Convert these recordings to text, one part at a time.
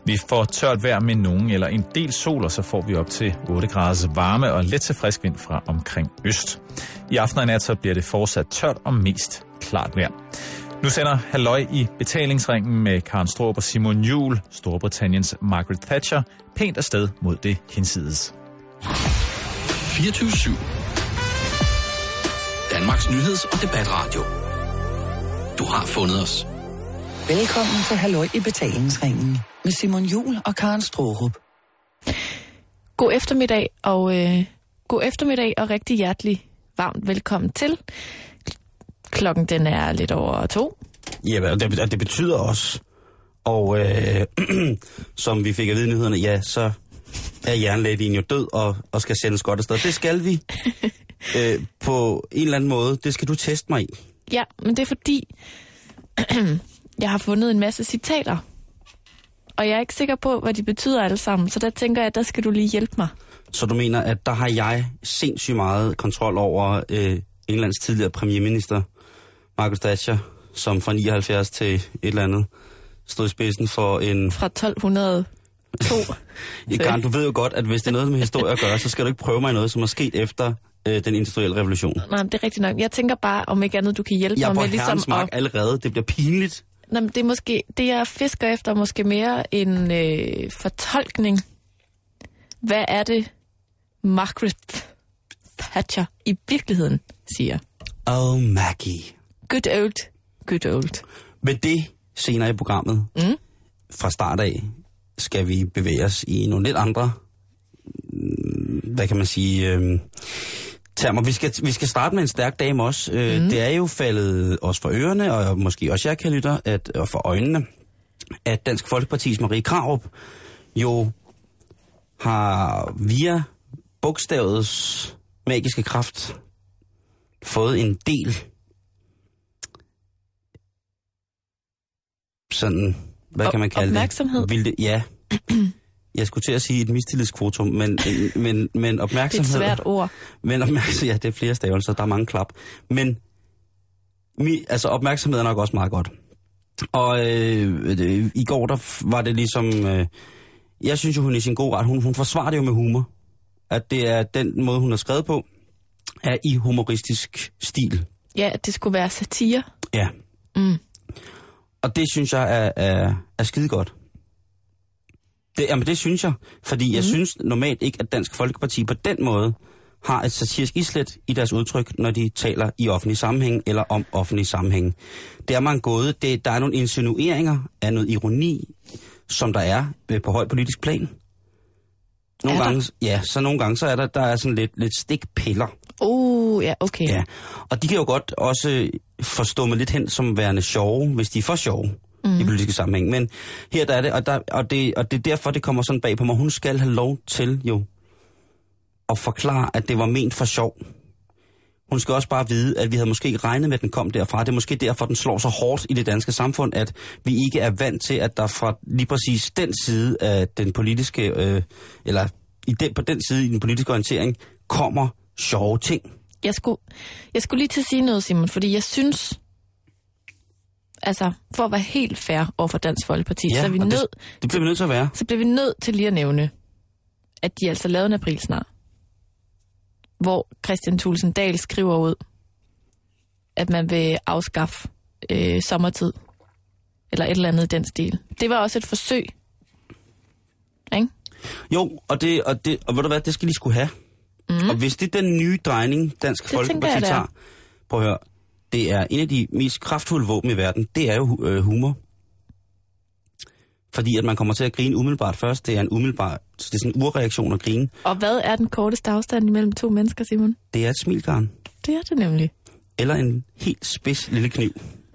Vi får tørt vejr med nogen eller en del sol, og så får vi op til 8 graders varme og let til frisk vind fra omkring øst. I aften og nat så bliver det fortsat tørt og mest klart vejr. Nu sender Halløj i betalingsringen med Karen Straarup og Simon Juhl, Storbritanniens Margaret Thatcher, pænt afsted mod det hinsides. 24/7 Danmarks nyheds- og debatradio. Du har fundet os. Velkommen til Halløj i betalingsringen med Simon Juhl og Karen Straarup. God eftermiddag og rigtig hjertelig varmt velkommen til. Klokken den er lidt over 2. Ja, og det betyder også, og som vi fik at vide i nyhederne, ja, så er jernlægen jo død og skal sendes godt afsted. Det skal vi på en eller anden måde. Det skal du teste mig i. Ja, men det er fordi, jeg har fundet en masse citater, og jeg er ikke sikker på, hvad de betyder alle sammen, så der tænker jeg, at der skal du lige hjælpe mig. Så du mener, at der har jeg sindssygt meget kontrol over Englands tidligere premierminister, Margaret Thatcher, som fra 79 til et eller andet stod i spidsen for en... Fra 1202. Karen, du ved jo godt, at hvis det er noget med historie at gøre, så skal du ikke prøve mig i noget, som er sket efter den industrielle revolution. Nej, det er rigtigt nok. Jeg tænker bare, om ikke andet, du kan hjælpe mig med ligesom... Jeg er på herrens allerede. Det bliver pinligt. Nej, men det er måske... Det, jeg fisker efter, måske mere en fortolkning. Hvad er det, Margaret Thatcher i virkeligheden siger? Oh, Maggie. Good old. Med det senere i programmet, fra start af, skal vi bevæge os i nogle lidt andre, hvad kan man sige, termer. Vi skal starte med en stærk dame også. Det er jo faldet os for ørerne, og måske også jeg kan lytte, og for øjnene, at Dansk Folkepartis Marie Krarup jo har via bogstavets magiske kraft fået en del sådan, hvad kan man kalde opmærksomhed. det? Opmærksomhed? Ja. Jeg skulle til at sige et mistillidskvotum, men opmærksomhed... Det er et svært ord. Men opmærksomhed, ja, det er flere stavelser, der er mange klap. Men altså, opmærksomhed er nok også meget godt. Og i går, der var det ligesom... jeg synes jo, hun er i sin gode ret. Hun forsvarer det jo med humor. At det er den måde, hun har skrevet på, er i humoristisk stil. Ja, at det skulle være satire. Ja. Og det synes jeg er skide godt. Det synes jeg, fordi jeg synes normalt ikke, at Dansk Folkeparti på den måde har et satirisk islet i deres udtryk, når de taler i offentlig sammenhæng eller om offentlig sammenhæng. Det er man gået. Der er nogle insinueringer af noget ironi, som der er på høj politisk plan. Nogle gange så er der er sådan lidt stikpiller. Ja, okay. Ja, og de kan jo godt også forstå mig lidt hen som værende sjove, hvis de er for sjove i politiske sammenhæng. Men her der er det, og det er derfor, det kommer sådan bag på mig. Hun skal have lov til jo at forklare, at det var ment for sjov. Hun skal også bare vide, at vi havde måske regnet med, at den kom derfra. Det er måske derfor, den slår så hårdt i det danske samfund, at vi ikke er vant til, at der fra lige præcis den side af den politiske, på den side i den politiske orientering, kommer sjove ting. Jeg skulle lige til at sige noget, Simon, fordi jeg synes, altså, for at være helt fair over for Dansk Folkeparti, ja, så er vi det bliver vi nødt til at være. Så bliver vi nødt til lige at nævne, at de altså lavede en april snart, hvor Kristian Thulesen Dahl skriver ud, at man vil afskaffe sommertid, eller et eller andet i den stil. Det var også et forsøg, ikke? Jo, og ved du hvad, det skal de skulle have. Og hvis det er den nye drejning, Dansk Folkeparti tager, prøv at høre, det er en af de mest kraftfulde våben i verden, det er jo humor. Fordi at man kommer til at grine umiddelbart først, det er sådan en urreaktion at grine. Og hvad er den korteste afstand imellem to mennesker, Simon? Det er et smil, Karen. Det er det nemlig. Eller en helt spids lille kniv.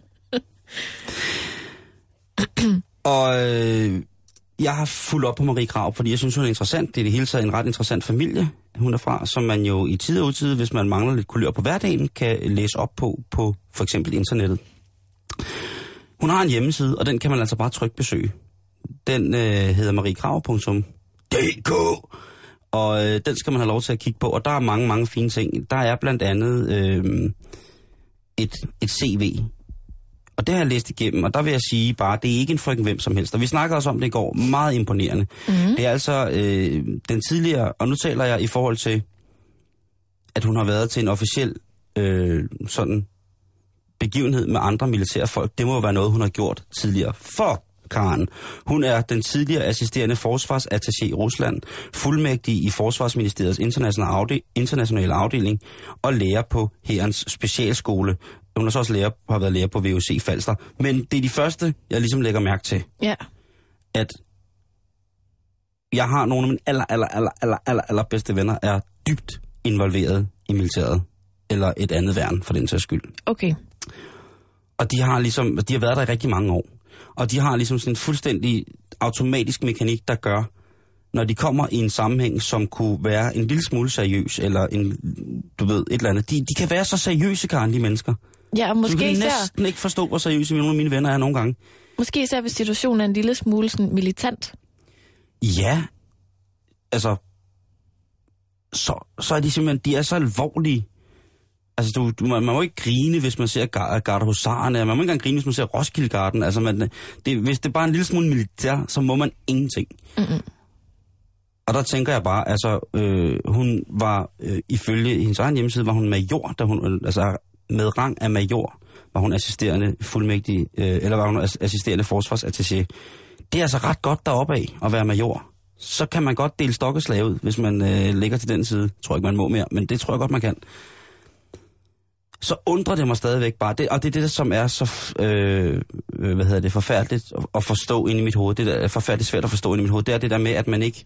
Og jeg har fulgt op på Marie Krarup, fordi jeg synes, hun er interessant. Det er det hele taget en ret interessant familie, hun er fra, som man jo i tid og utid, hvis man mangler lidt kulør på hverdagen, kan læse op på for eksempel internettet. Hun har en hjemmeside, og den kan man altså bare trygt besøge. Den hedder mariekrarup.dk, og den skal man have lov til at kigge på, og der er mange, mange fine ting. Der er blandt andet et CV. Og det har jeg læst igennem, og der vil jeg sige bare, det er ikke en frygten hvem som helst. Og vi snakker også om det i går, meget imponerende. Mm-hmm. Det er altså den tidligere, og nu taler jeg i forhold til, at hun har været til en officiel sådan begivenhed med andre militære folk. Det må jo være noget, hun har gjort tidligere. For Karen, hun er den tidligere assisterende forsvarsattaché i Rusland, fuldmægtig i Forsvarsministeriets internationale afdeling og lærer på Hærens specialskole. Hun har så også har været lærer på VUC Falster. Men det er de første, jeg ligesom lægger mærke til. Ja. At jeg har nogle af mine aller bedste venner, er dybt involveret i militæret. Eller et andet værn, for den sags skyld. Okay. Og de har været der i rigtig mange år. Og de har ligesom sådan en fuldstændig automatisk mekanik, der gør, når de kommer i en sammenhæng, som kunne være en lille smule seriøs, eller et eller andet. De kan være så seriøse, Karen, de mennesker. Ja, og måske du kan især næsten ikke forstå, hvor seriøse nogle af mine venner er nogle gange. Måske især, hvis situationen er en lille smule sådan militant. Ja, altså, så er de simpelthen, de er så alvorlige. Altså, man må ikke grine, hvis man ser Gardehusarerne. Man må ikke engang grine, hvis man ser Roskildegarden. Altså, hvis det er bare en lille smule militær, så må man ingenting. Mm-mm. Og der tænker jeg bare, altså, hun var, ifølge hendes egen hjemmeside, var hun major, da hun, altså med rang af major, var hun assisterende fuldmægtig, eller var hun assisterende forsvarsattaché. Det er altså ret godt deroppe af at være major. Så kan man godt dele stokkeslag ud, hvis man ligger til den side. Jeg tror ikke, man må mere, men det tror jeg godt, man kan. Så undrer det mig stadigvæk bare. Og det er det, som er så forfærdeligt at forstå ind i mit hoved. Det der er forfærdeligt svært at forstå ind i mit hoved. Det er det der med, at man ikke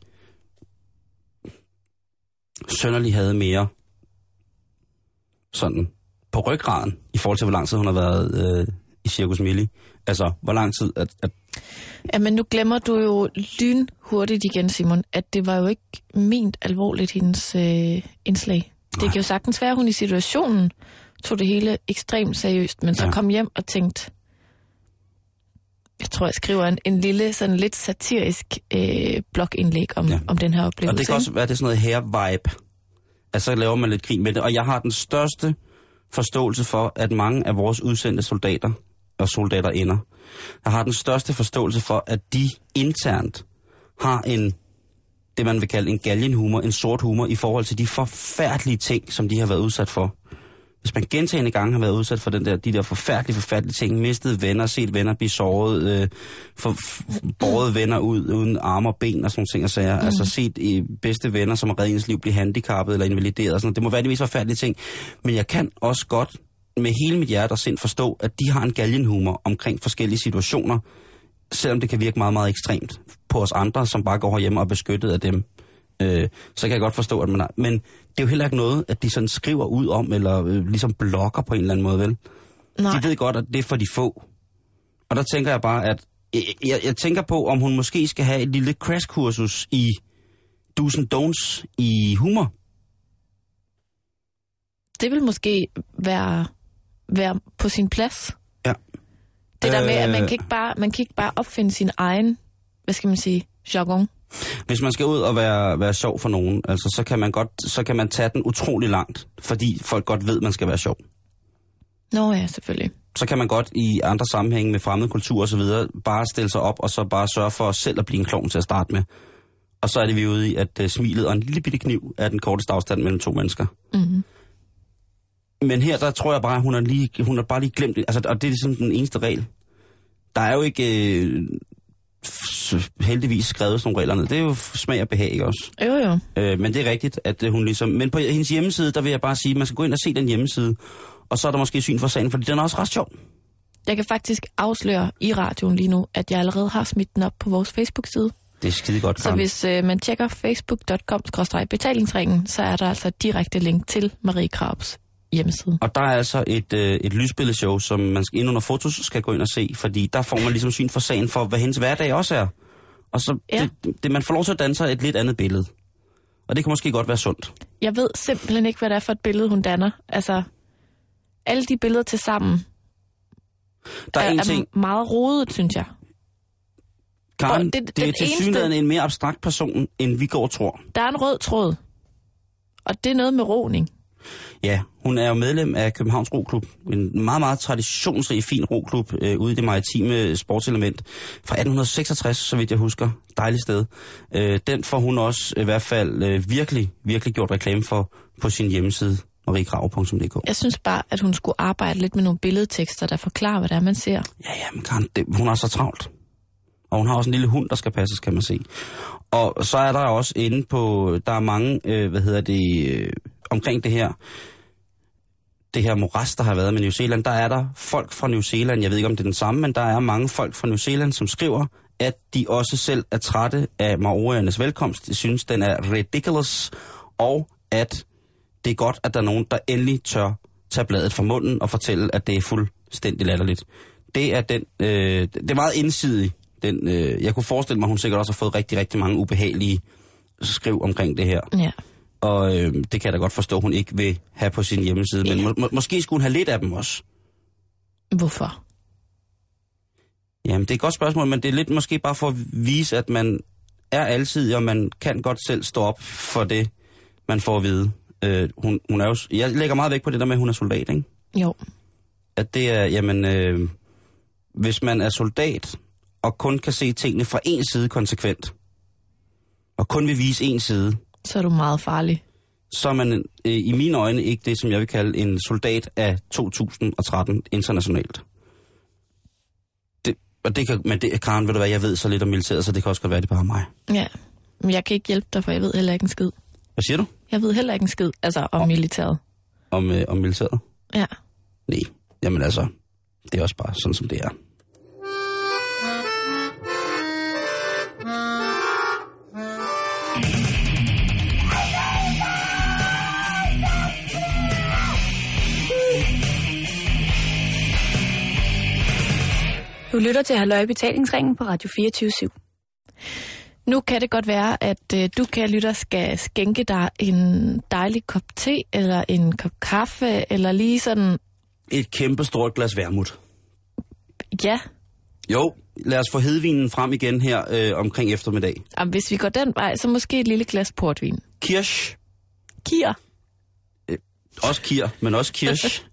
sønderlig havde mere sådan på ryggraden i forhold til, hvor lang tid hun har været i Cirkus Milli. Altså, hvor lang tid at... Ja, men nu glemmer du jo lynhurtigt igen, Simon, at det var jo ikke ment alvorligt, hendes indslag. Nej. Det kan jo sagtens være, at hun i situationen tog det hele ekstremt seriøst, men så kom hjem og tænkte, jeg tror, jeg skriver en lille, sådan lidt satirisk blogindlæg om den her oplevelse. Og det kan også være, det er sådan noget hair-vibe. Altså, så laver man lidt grin med det. Og jeg har den største forståelse for, at mange af vores udsendte soldater og soldaterinder, jeg har den største forståelse for, at de internt har det man vil kalde en galgenhumor, en sort humor, i forhold til de forfærdelige ting, som de har været udsat for. Hvis man gentagne gange har været udsat for de der forfærdelige ting, mistet venner, set venner blive såret, båret venner ud uden arme og ben og sådan nogle ting og sager, altså set bedste venner, som har reddet ens liv, blive handicappet eller invalideret og sådan noget. Det må være de mest forfærdelige ting. Men jeg kan også godt med hele mit hjerte og sind forstå, at de har en galgenhumor omkring forskellige situationer, selvom det kan virke meget, meget ekstremt på os andre, som bare går hjemme og er beskyttet af dem. Så kan jeg godt forstå, at man har... Men det er jo heller ikke noget, at de sådan skriver ud om, eller ligesom blogger på en eller anden måde, vel? Nej. De ved godt, at det er for de få. Og der tænker jeg bare, at... Jeg tænker på, om hun måske skal have et lille crashkursus i do's and don'ts i humor. Det vil måske være på sin plads. Ja. Det der med, at man kan ikke bare opfinde sin egen, hvad skal man sige, jargon. Hvis man skal ud og være sjov for nogen, altså, så kan man tage den utrolig langt, fordi folk godt ved, at man skal være sjov. Nå ja, selvfølgelig. Så kan man godt i andre sammenhænge med fremmed kultur og så videre, bare stille sig op og så bare sørge for selv at blive en klovn til at starte med. Og så er det vi ude i, at smilet og en lille bitte kniv er den korteste afstand mellem to mennesker. Mm-hmm. Men her, der tror jeg bare, at hun har bare lige glemt det. Altså, og det er ligesom den eneste regel. Der er jo ikke heldigvis skrevet sådan nogle regler ned. Det er jo smag og behag, ikke også? Jo. Men det er rigtigt, at hun ligesom... Men på hendes hjemmeside, der vil jeg bare sige, at man skal gå ind og se den hjemmeside, og så er der måske syn for sagen, fordi den er også ret sjov. Jeg kan faktisk afsløre i radioen lige nu, at jeg allerede har smidt den op på vores Facebook-side. Det er skide godt, Karen. Så hvis man tjekker facebook.com/betalingsringen, så er der altså et direkte link til Marie Krarups hjemmeside. Og der er altså et lysbilledshow, som man ind under fotos skal gå ind og se, fordi der får man ligesom syn for sagen for, hvad hendes hverdag også er. Og så man får lov til at danse et lidt andet billede. Og det kan måske godt være sundt. Jeg ved simpelthen ikke, hvad det er for et billede, hun danner. Altså, alle de billeder til sammen er meget rodet, synes jeg. Karen, det er tilsyneladende en mere abstrakt person, end vi går tror. Der er en rød tråd, og det er noget med roning. Ja, hun er jo medlem af Københavns Roklub. En meget, meget traditionsrig, fin roklub ude i det maritime sportselement. Fra 1866, så vidt jeg husker. Dejligt sted. Den får hun også i hvert fald virkelig, virkelig gjort reklame for på sin hjemmeside, mariekrarup.dk. Jeg synes bare, at hun skulle arbejde lidt med nogle billedtekster, der forklarer, hvad det er, man ser. Ja, men Karen, hun er så travlt. Og hun har også en lille hund, der skal passes, kan man se. Og så er der også inde på, der er mange, omkring det her moras, der har været med New Zealand, der er der folk fra New Zealand, jeg ved ikke om det er den samme, men der er mange folk fra New Zealand, som skriver, at de også selv er trætte af maoriernes velkomst. De synes, den er ridiculous, og at det er godt, at der er nogen, der endelig tør tage bladet fra munden og fortælle, at det er fuldstændig latterligt. Det er det er meget indsidigt. Jeg kunne forestille mig, at hun sikkert også har fået rigtig, rigtig mange ubehagelige skriv omkring det her. Ja. Og det kan jeg da godt forstå, hun ikke vil have på sin hjemmeside. Ja. Men måske skulle hun have lidt af dem også. Hvorfor? Jamen, det er et godt spørgsmål, men det er lidt måske bare for at vise, at man er altid, og man kan godt selv stå op for det, man får at vide. Hun er jo, jeg lægger meget vægt på det der med, at hun er soldat, ikke? Jo. At det er, jamen, hvis man er soldat, og kun kan se tingene fra en side konsekvent, og kun vil vise en side, så er du meget farlig. Så er man i mine øjne ikke det, som jeg vil kalde en soldat af 2013 internationalt. Men Karen, ved du hvad, jeg ved så lidt om militæret, så det kan også godt være, det bare mig. Ja, men jeg kan ikke hjælpe dig, for jeg ved heller ikke en skid. Hvad siger du? Jeg ved heller ikke en skid, altså om militæret. Om militæret? Ja. Nej, jamen altså, det er også bare sådan, som det er. Du lytter til Halløj i Betalingsringen på Radio 24/7. Nu kan det godt være, at du, kære lytter, skal skænke dig en dejlig kop te, eller en kop kaffe, eller lige sådan... Et kæmpe stort glas vermut. Ja. Jo, lad os få hedvinen frem igen her omkring eftermiddag. Jamen, hvis vi går den vej, så måske et lille glas portvin. Kirsch. Kier. Også kier, men også kirsch.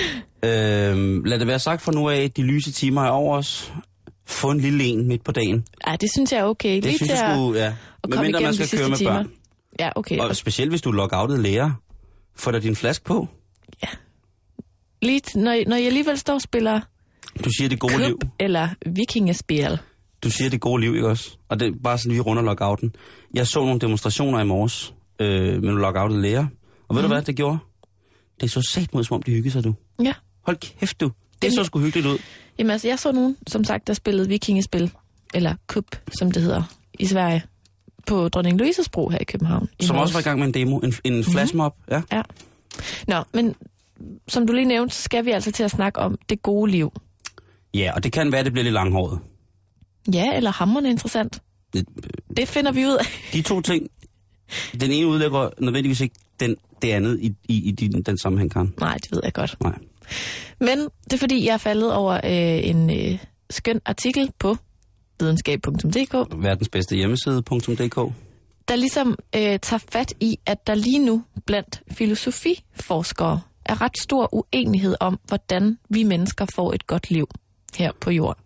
Lad det være sagt for nu af, de lyse timer er over os. Få en lille en midt på dagen. Ja, det synes jeg er okay. Det lige synes jeg skulle, ja. Medmindre man skal køre med timer. børn. Ja, okay. Og specielt hvis du er lockoutet lærer. Få da din flaske på. Ja. Lige når jeg alligevel står og spiller... Du siger det gode klub liv. Eller vikingespil. Du siger det gode liv, ikke også? Og det er bare sådan, vi runder lockouten. Jeg så nogle demonstrationer i morges med nogle lockoutet lærer. Og ved du hvad, det gjorde? Det så sat mod, som om de hyggede sig, du. Ja. Hold kæft, du. Det så sgu hyggeligt ud. Jamen altså, jeg så nogen, som sagt, der spillede vikingespil, eller kup, som det hedder, i Sverige, på Dronning Louises Bro her i København. Som også var i gang med en demo, en flashmob, ja. Ja. Nå, men som du lige nævnte, så skal vi altså til at snakke om det gode liv. Ja, og det kan være, det bliver lidt langhåret. Ja, eller hamrende interessant. Det finder vi ud af. De to ting, den ene udlægger nødvendigvis ikke det andet i den sammenhæng, Karen. Nej, det ved jeg godt. Nej. Men det er fordi, jeg er faldet over en skøn artikel på videnskab.dk. Verdens bedste hjemmeside.dk. Der ligesom tager fat i, at der lige nu blandt filosofiforskere er ret stor uenighed om, hvordan vi mennesker får et godt liv her på jorden.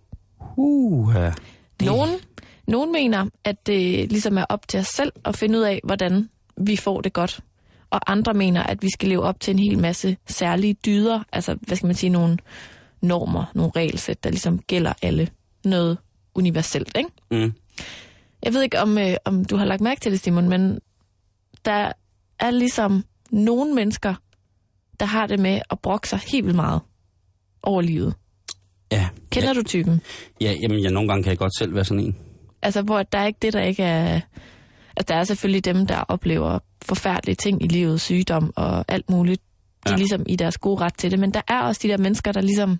Nogen mener, at det ligesom er op til os selv at finde ud af, hvordan vi får det godt. Og andre mener, at vi skal leve op til en hel masse særlige dyder, altså, hvad skal man sige, nogle normer, nogle regelsæt, der ligesom gælder alle. Noget universelt, ikke? Mm. Jeg ved ikke, om du har lagt mærke til det, Simon, men der er ligesom nogle mennesker, der har det med at brokke sig helt vildt meget over livet. Ja. Kender du typen? Ja, jamen, nogle gange kan jeg godt selv være sådan en. Altså, hvor der er ikke det, der ikke er... Altså, der er selvfølgelig dem, der oplever forfærdelige ting i livet, sygdom og alt muligt. De er ligesom i deres gode ret til det. Men der er også de der mennesker, der ligesom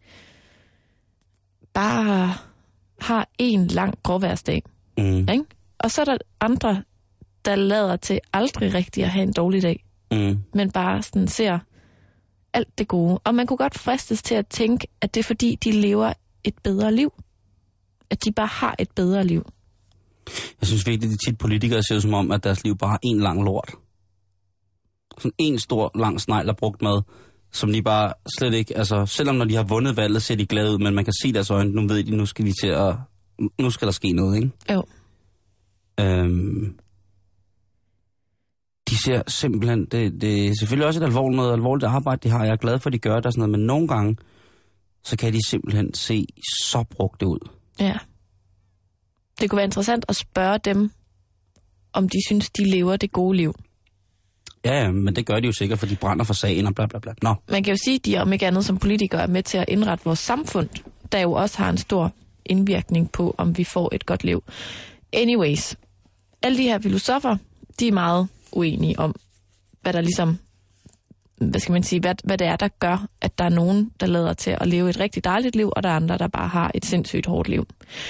bare har en lang gråværsdag. Mm. Ikke? Og så er der andre, der lader til aldrig rigtig at have en dårlig dag. Mm. Men bare sådan ser alt det gode. Og man kunne godt fristes til at tænke, at det er fordi, de lever et bedre liv. At de bare har et bedre liv. Jeg synes virkelig, at de tit politikere ser som om, at deres liv bare er en lang lort. sådan en stor, lang snegl af brugt mad, som de bare slet ikke, altså selvom når de har vundet valget, ser de glade ud, men man kan se deres øjne, nu ved de, nu skal der ske noget, ikke? Jo. De ser simpelthen, det er selvfølgelig også et alvorligt arbejde, de har. Jeg er glad for, at de gør det og sådan noget, men nogle gange, så kan de simpelthen se så brugte ud. Ja. Det kunne være interessant at spørge dem, om de synes, de lever det gode liv. Ja, men det gør de jo sikkert, for de brænder for sagen og bla bla bla. Nå. Man kan jo sige, at de om ikke andet som politikere er med til at indrette vores samfund, der jo også har en stor indvirkning på, om vi får et godt liv. Anyways, alle de her filosofer, de er meget uenige om, hvad der ligesom, hvad skal man sige, hvad det er, der gør, at der er nogen, der lader til at leve et rigtig dejligt liv, og der er andre, der bare har et sindssygt hårdt liv.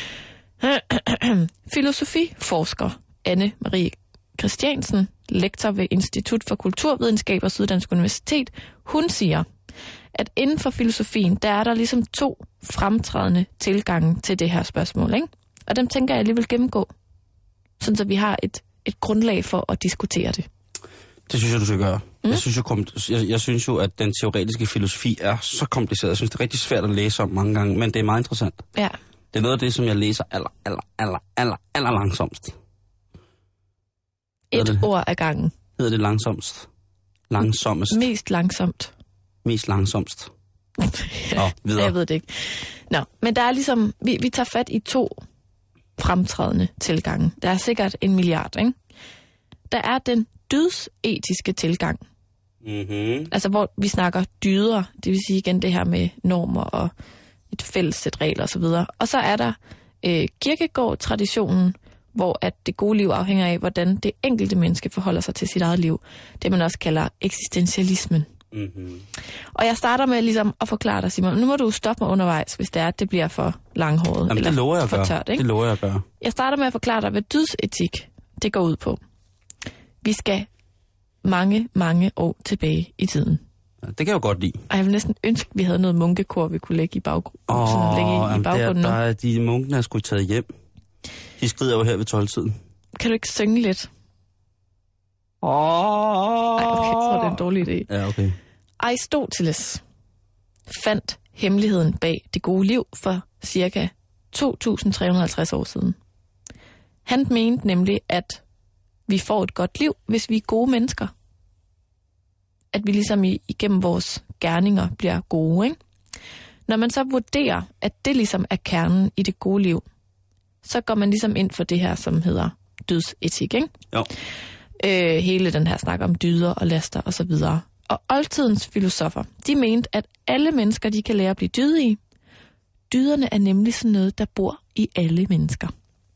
Filosofiforsker Anne-Marie Christiansen, lektor ved Institut for Kulturvidenskab og Syddansk Universitet, hun siger, at inden for filosofien, der er der ligesom 2 fremtrædende tilgange til det her spørgsmål, ikke? Og dem tænker jeg alligevel gennemgå, sådan så vi har et grundlag for at diskutere det. Det synes jeg, du skal gøre. Jeg synes jo, at den teoretiske filosofi er så kompliceret. Jeg synes, det er rigtig svært at læse om mange gange, men det er meget interessant. Ja. Det er noget af det, som jeg læser aller langsomst. Et ord ad gangen. Hedder det langsomst? Langsommest? Mest langsomt. Mest langsomst. Videre. Jeg ved det ikke. Nå, men der er ligesom, vi tager fat i 2 fremtrædende tilgange. Der er sikkert 1 milliard, ikke? Der er den dydsetiske tilgang. Mm-hmm. Altså, hvor vi snakker dyder, det vil sige igen det her med normer og et fælles sæt regler osv. Og så er der Kierkegaard-traditionen, hvor at det gode liv afhænger af, hvordan det enkelte menneske forholder sig til sit eget liv. Det man også kalder eksistentialismen. Mm-hmm. Og jeg starter med ligesom at forklare dig, Simon. Nu må du stoppe mig undervejs, hvis det er, at det bliver for langhåret. Jamen, eller det lover jeg for tørt, ikke? Det lover jeg at gøre. Jeg starter med at forklare dig, hvad dydsetik det går ud på. Vi skal mange år tilbage i tiden. Ja, det kan jeg jo godt lide. Og jeg vil næsten ønske, at vi havde noget munkekor, vi kunne lægge i baggrunden. Der er de munkene, der skulle taget hjem. De skrider jo her ved 12-tiden. Kan du ikke synge lidt? Ej, okay, jeg tror, det er en dårlig idé. Ja, okay. Aristoteles fandt hemmeligheden bag det gode liv for cirka 2.350 år siden. Han mente nemlig, at vi får et godt liv, hvis vi er gode mennesker. At vi ligesom igennem vores gerninger bliver gode, ikke? Når man så vurderer, at det ligesom er kernen i det gode liv, så går man ligesom ind for det her, som hedder dydsetik, ikke? Jo. Hele den her snak om dyder og laster og så videre. Og oldtidens filosofer, de mente, at alle mennesker, de kan lære at blive dydige. Dyderne er nemlig sådan noget, der bor i alle mennesker.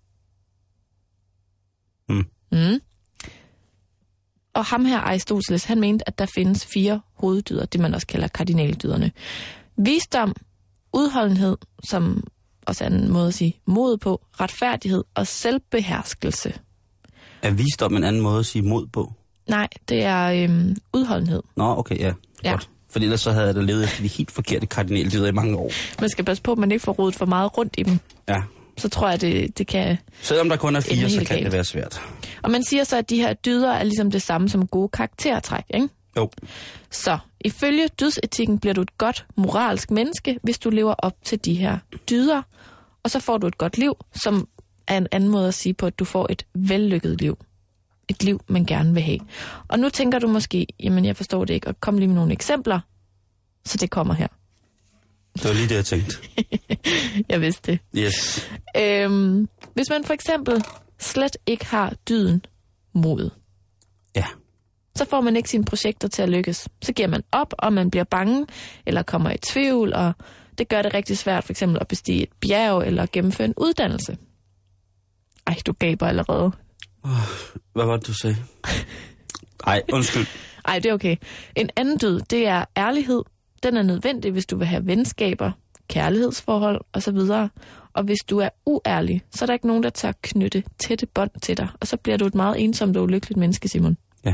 Og ham her, Aristoteles, han mente, at der findes 4 hoveddyder, det man også kalder kardinaldyderne. Visdom, udholdenhed, som også er en måde at sige mod på, retfærdighed og selvbeherskelse. Er visdom en anden måde at sige mod på? Nej, det er udholdenhed. Nå, okay, ja. Godt. Fordi ellers så havde jeg da levet efter de helt forkerte kardinaldyder i mange år. Man skal passe på, at man ikke får rodet for meget rundt i dem. Ja. Så tror jeg, det kan... Selvom der kun er 4, så kan det være svært. Og man siger så, at de her dyder er ligesom det samme som gode karaktertræk, ikke? Jo. Så ifølge dydsetikken bliver du et godt moralsk menneske, hvis du lever op til de her dyder. Og så får du et godt liv, som er en anden måde at sige på, at du får et vellykket liv. Et liv, man gerne vil have. Og nu tænker du måske, jamen jeg forstår det ikke, og kom lige med nogle eksempler. Så det kommer her. Det var lige det, jeg tænkte. Jeg vidste det. Yes. Hvis man for eksempel slet ikke har dyden mod, ja, så får man ikke sine projekter til at lykkes. Så giver man op, og man bliver bange, eller kommer i tvivl, og det gør det rigtig svært for eksempel at bestige et bjerg, eller gennemføre en uddannelse. Ej, du gaber allerede. Hvad var det, du sagde? Ej, undskyld. Ej, det er okay. En anden dyd, det er ærlighed. Den er nødvendig, hvis du vil have venskaber, kærlighedsforhold osv. Og hvis du er uærlig, så er der ikke nogen, der tager knytte tætte bånd til dig. Og så bliver du et meget ensomt og ulykkeligt menneske, Simon. Ja.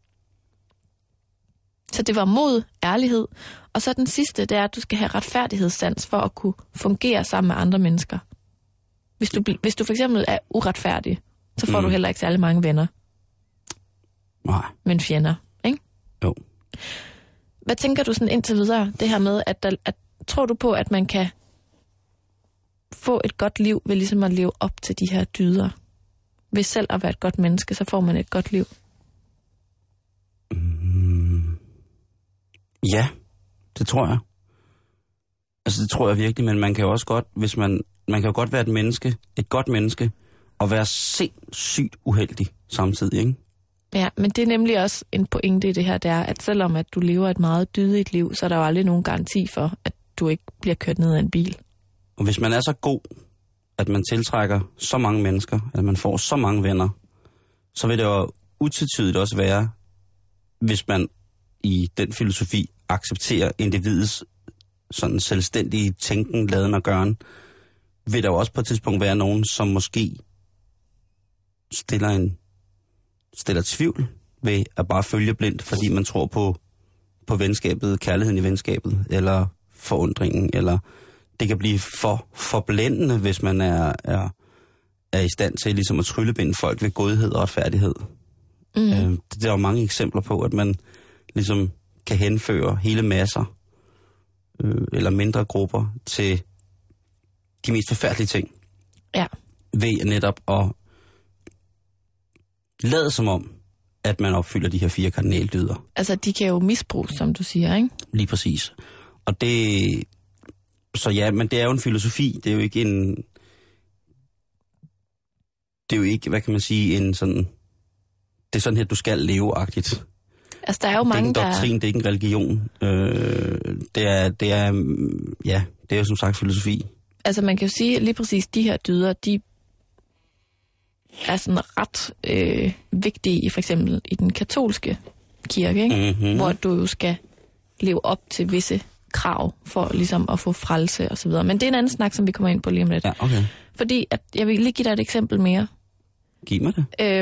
Så det var mod, ærlighed. Og så den sidste, det er, at du skal have retfærdighedssans for at kunne fungere sammen med andre mennesker. Hvis du for eksempel er uretfærdig, så får du heller ikke særlig mange venner. Nej. Men fjender, ikke? Jo. Hvad tænker du sådan indtil videre, det her med, at tror du på, at man kan få et godt liv ved ligesom at leve op til de her dyder? Ved selv at være et godt menneske, så får man et godt liv. Ja, det tror jeg. Altså det tror jeg virkelig, men man kan jo også godt, man kan jo godt være et godt menneske, og være sindssygt uheldig samtidig, ikke? Ja, men det er nemlig også en pointe i det her, det er, at selvom at du lever et meget dydigt liv, så er der jo aldrig nogen garanti for, at du ikke bliver kørt ned af en bil. Og hvis man er så god, at man tiltrækker så mange mennesker, at man får så mange venner, så vil det jo utvetydigt også være, hvis man i den filosofi accepterer individets sådan selvstændige tænken, laden og gøren, vil der jo også på et tidspunkt være nogen, som måske stiller tvivl ved at bare følge blindt, fordi man tror på venskabet, kærligheden i venskabet, eller forundringen, eller det kan blive for blændende, hvis man er i stand til ligesom at tryllebinde folk ved godhed og retfærdighed. Der er jo mange eksempler på, at man ligesom kan henføre hele masser eller mindre grupper til de mest forfærdelige ting. Ja. Ved netop at lade som om, at man opfylder de her 4 kardinaldyder. Altså, de kan jo misbruges, som du siger, ikke? Lige præcis. Og det... Så ja, men det er jo en filosofi. Det er jo ikke en... Det er jo ikke, hvad kan man sige, en sådan... Det er sådan her, du skal leve-agtigt. Altså, der er jo mange, det er ikke en doktrin, det er ikke en religion. Det er jo som sagt filosofi. Altså, man kan jo sige, lige præcis de her dyder, de er sådan ret vigtige i for eksempel i den katolske kirke, ikke? Mm-hmm. Hvor du jo skal leve op til visse krav for ligesom at få frelse og så videre. Men det er en anden snak, som vi kommer ind på lige om lidt. Ja, okay. Fordi at jeg vil lige give dig et eksempel mere. Giv mig det.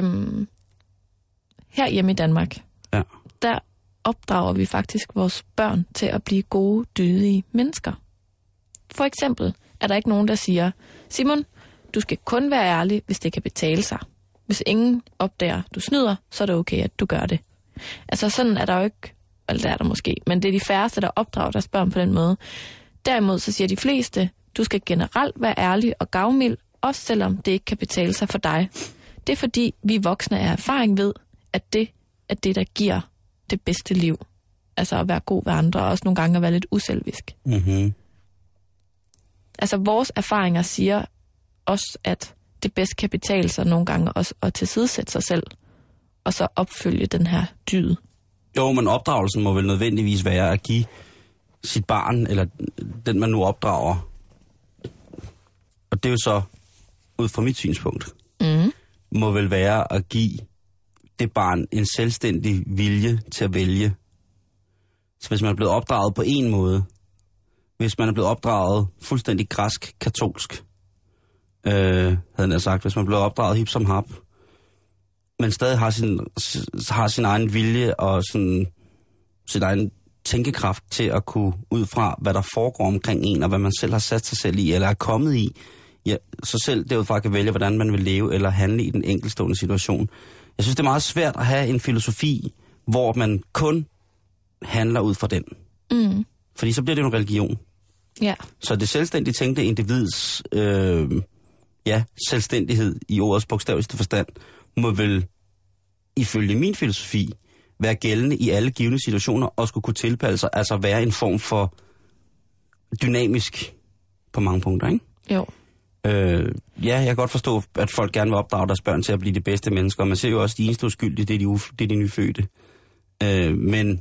Her hjemme i Danmark, der opdrager vi faktisk vores børn til at blive gode, dydige mennesker. For eksempel er der ikke nogen, der siger, Simon, du skal kun være ærlig, hvis det kan betale sig. Hvis ingen opdager, du snyder, så er det okay, at du gør det. Altså sådan er der jo ikke, eller der er der måske, men det er de færreste, der opdrager deres børn på den måde. Derimod så siger de fleste, du skal generelt være ærlig og gavmild, også selvom det ikke kan betale sig for dig. Det er fordi, vi voksne er erfaring ved, at det er det, der giver det bedste liv. Altså at være god ved andre, og også nogle gange at være lidt uselvisk. Mm-hmm. Altså vores erfaringer siger også, at det bedst kan betale sig nogle gange også at tilsidesætte sig selv, og så opfølge den her dyd. Jo, men opdragelsen må vel nødvendigvis være at give sit barn, eller den man nu opdrager, og det er jo så, ud fra mit synspunkt, må vel være at give det barn en selvstændig vilje til at vælge. Så hvis man er blevet opdraget på en måde, hvis man er blevet opdraget fuldstændig græsk-katolsk, havde jeg sagt, hvis man er blevet opdraget hip som hap, men stadig har sin egen vilje og sin egen tænkekraft til at kunne ud fra, hvad der foregår omkring en, og hvad man selv har sat sig selv i, eller er kommet i, ja, så selv derudfra kan vælge, hvordan man vil leve eller handle i den enkeltstående situation. Jeg synes, det er meget svært at have en filosofi, hvor man kun handler ud fra den. Mm. Fordi så bliver det en religion. Ja. Så det selvstændigt tænkte individs selvstændighed i ordets bogstaveligste forstand, må vel ifølge min filosofi være gældende i alle givne situationer og skulle kunne tilpasse sig, altså være en form for dynamisk på mange punkter, ikke? Jo. Jeg kan godt forstå, at folk gerne vil opdrage deres børn til at blive de bedste mennesker, og man ser jo også, at de eneste uskyldige, det er de nyfødte. Men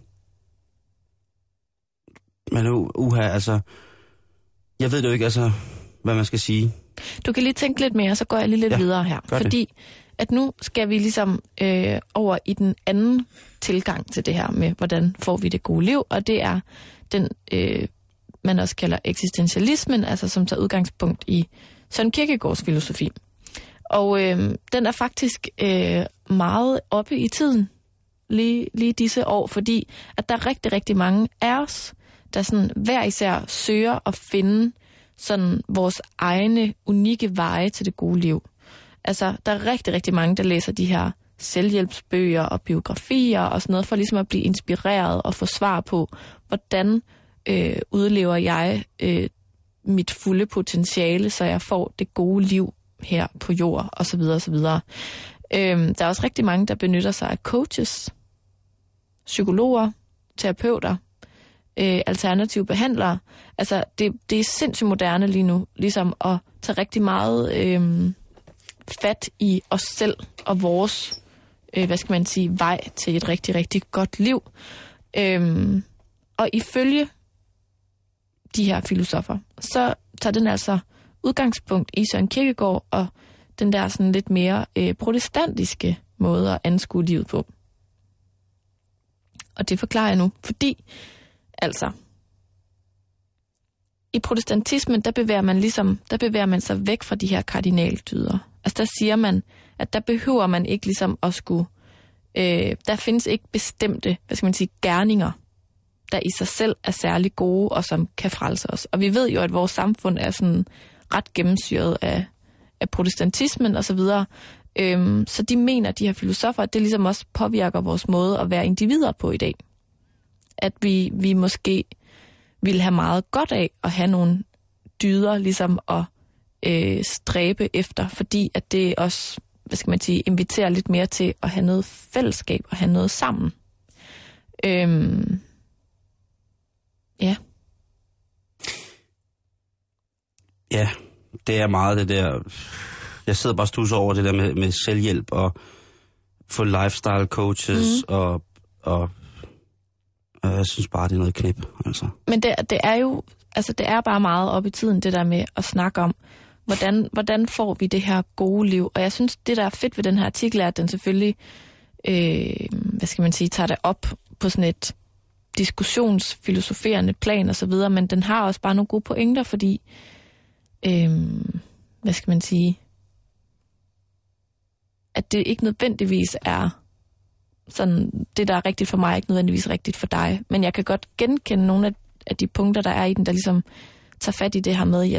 altså, jeg ved det jo ikke, altså, hvad man skal sige. Du kan lige tænke lidt mere, så går jeg lige lidt videre her. Fordi at nu skal vi ligesom over i den anden tilgang til det her med, hvordan får vi det gode liv, og det er den, man også kalder eksistentialismen, altså som tager udgangspunkt i Søren Kierkegaards filosofi. Og den er faktisk meget oppe i tiden, lige disse år, fordi at der er rigtig, rigtig mange af os, der sådan hver især søger at finde sådan vores egne unikke veje til det gode liv. Altså, der er rigtig, rigtig mange, der læser de her selvhjælpsbøger og biografier og sådan noget, for ligesom at blive inspireret og få svar på, hvordan udlever jeg mit fulde potentiale, så jeg får det gode liv her på jord, og så videre, og så videre. Der er også rigtig mange, der benytter sig af coaches, psykologer, terapeuter, alternative behandlere. Altså, det er sindssygt moderne lige nu, ligesom at tage rigtig meget fat i os selv og vores, vej til et rigtig, rigtig godt liv. Og ifølge de her filosofer, så tager den altså udgangspunkt i Søren Kierkegaard og den der sådan lidt mere protestantiske måde at anskue livet på. Og det forklarer jeg nu, fordi altså i protestantismen, der bevæger man sig væk fra de her kardinaldyder. Altså der siger man, at der behøver man ikke ligesom at skulle, der findes ikke bestemte, gerninger, der i sig selv er særlig gode og som kan frelse os. Og vi ved jo, at vores samfund er sådan ret gennemsyret af protestantismen og så videre. Så de mener, de her filosofer, at det ligesom også påvirker vores måde at være individer på i dag. At vi måske ville have meget godt af at have nogle dyder ligesom at stræbe efter, fordi at det også, inviterer lidt mere til at have noget fællesskab og have noget sammen. Ja. Ja, det er meget det der. Jeg sidder bare og stusser over det der med selvhjælp og få lifestyle coaches og jeg synes bare, det er noget knip. Altså. Men det er jo, altså det er bare meget op i tiden, det der med at snakke om, hvordan får vi det her gode liv. Og jeg synes, det der er fedt ved den her artikel, er, at den selvfølgelig, tager det op på sådan et diskussionsfilosoferende plan og så videre, men den har også bare nogle gode pointer, fordi, at det ikke nødvendigvis er sådan, det der er rigtigt for mig, er ikke nødvendigvis rigtigt for dig. Men jeg kan godt genkende nogle af de punkter, der er i den, der ligesom tager fat i det her med,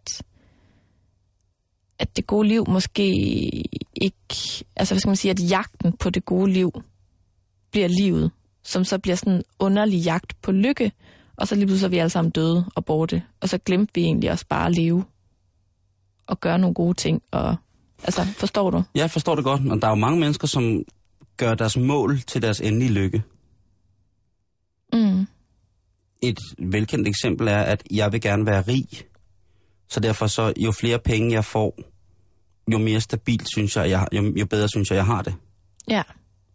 at det gode liv måske ikke, at jagten på det gode liv bliver livet, som så bliver sådan en underlig jagt på lykke, og så lige pludselig er vi alle sammen døde og borte, og så glemte vi egentlig også bare at leve og gøre nogle gode ting. Og, altså, forstår du? Jeg forstår det godt, og der er jo mange mennesker, som gør deres mål til deres endelige lykke. Mm. Et velkendt eksempel er, at jeg vil gerne være rig, så derfor så, jo flere penge jeg får, jo mere stabilt synes jeg, jo bedre synes jeg har det. Ja.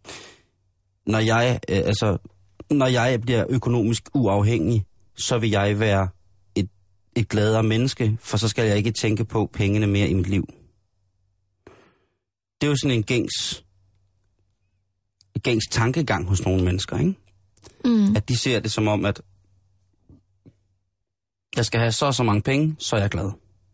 Når jeg bliver økonomisk uafhængig, så vil jeg være et gladere menneske, for så skal jeg ikke tænke på pengene mere i mit liv. Det er jo sådan en gængs tankegang hos nogle mennesker, ikke? Mm. At de ser det som om, at jeg skal have så mange penge, så er jeg glad.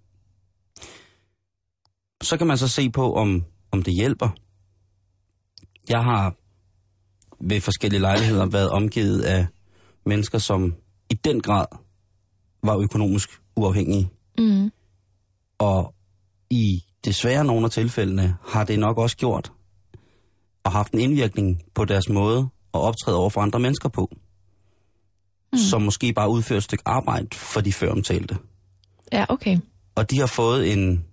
Så kan man så se på, om det hjælper. Jeg har ved forskellige lejligheder været omgivet af mennesker, som i den grad var økonomisk uafhængige. Mm. Og i desværre nogle af tilfældene har det nok også gjort og haft en indvirkning på deres måde at optræde over for andre mennesker på. Som måske bare udfører et stykke arbejde for de før omtalte. Ja, okay. Og de har fået en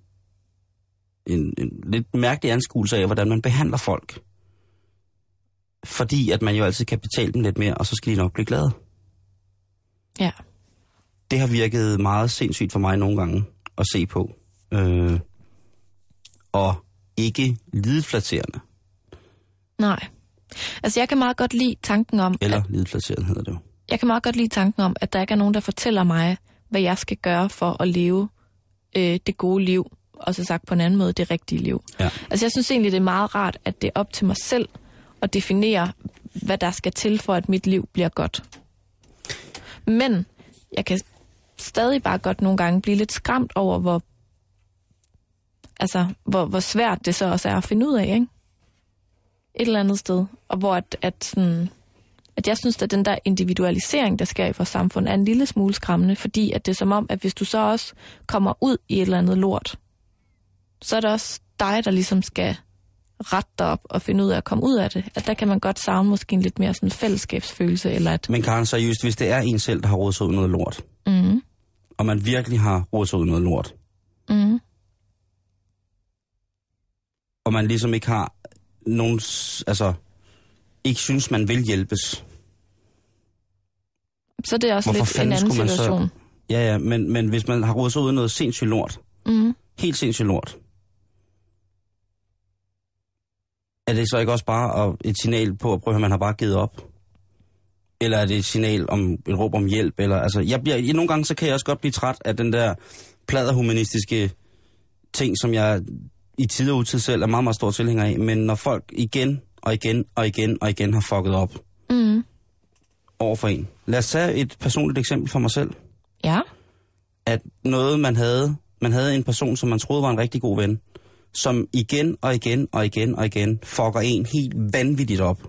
lidt mærkelig anskuelse af, hvordan man behandler folk. Fordi at man jo altid kan betale dem lidt mere, og så skal de nok blive glade. Ja. Det har virket meget sindssygt for mig nogle gange at se på. Og ikke lideflatterende. Nej. Altså, jeg kan meget godt lide tanken om... Eller lideflatterende hedder det jo. Jeg kan meget godt lide tanken om, at der ikke er nogen, der fortæller mig, hvad jeg skal gøre for at leve det gode liv, og så sagt på en anden måde, det rigtige liv. Ja. Altså, jeg synes egentlig, det er meget rart, at det er op til mig selv at definere, hvad der skal til for, at mit liv bliver godt. Men jeg kan stadig bare godt nogle gange blive lidt skræmt over, hvor svært det så også er at finde ud af, ikke? Et eller andet sted. Og hvor at jeg synes, at den der individualisering, der sker i vores samfund, er en lille smule skræmmende, fordi at det er som om, at hvis du så også kommer ud i et eller andet lort, så er det også dig, der ligesom skal rette dig op og finde ud af at komme ud af det. At der kan man godt savne måske en lidt mere sådan fællesskabsfølelse. Eller at... Men Karen, seriøst, hvis det er en selv, der har rodet sig ud noget lort, og man virkelig har rodet sig ud noget lort, og man ligesom ikke har nogen, altså ikke synes, man vil hjælpes. Så det er også lidt en anden situation. Ja, men hvis man har rodet sig ud af noget sindssygt lort, helt sindssygt lort, er det så ikke også bare et signal på at prøve, at man har bare givet op? Eller er det et signal om et råb om hjælp? Eller, altså, nogle gange så kan jeg også godt blive træt af den der pladerhumanistiske ting, som jeg i tid og utid selv er meget, meget stor tilhænger af. Men når folk igen og igen har fucket op over for en. Lad os tage et personligt eksempel for mig selv. Ja. At noget man havde en person, som man troede var en rigtig god ven, som igen fucker en helt vanvittigt op.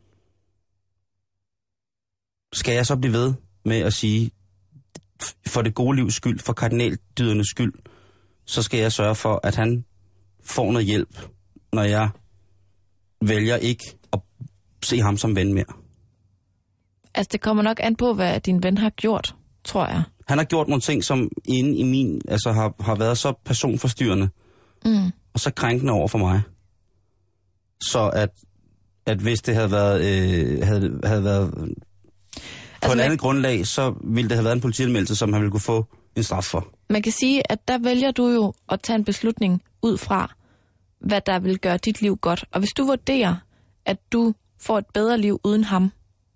Skal jeg så blive ved med at sige, for det gode livs skyld, for kardinaldydernes skyld, så skal jeg sørge for, at han får noget hjælp, når jeg vælger ikke at se ham som ven mere. Altså, det kommer nok an på, hvad din ven har gjort, tror jeg. Han har gjort nogle ting, som inde i min, altså har været så personforstyrrende, og så krænkende over for mig. Så at hvis det havde været, havde været på et andet grundlag, så ville det have været en politianmeldelse, som han ville kunne få en straf for. Man kan sige, at der vælger du jo at tage en beslutning ud fra, hvad der vil gøre dit liv godt. Og hvis du vurderer, at du får et bedre liv uden ham,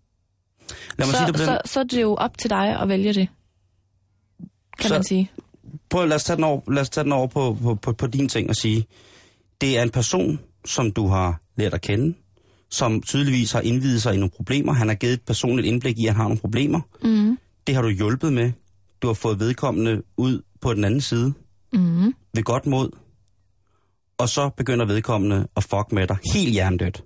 så er det jo op til dig at vælge det, kan man sige. Lad os tage den over på dine ting og sige, det er en person, som du har lært at kende, som tydeligvis har indvidet sig i nogle problemer. Han har givet et personligt indblik i, at han har nogle problemer. Det har du hjulpet med. Du har fået vedkommende ud på den anden side. Ved godt mod. Og så begynder vedkommende at fuck med dig. Helt hjernedødt.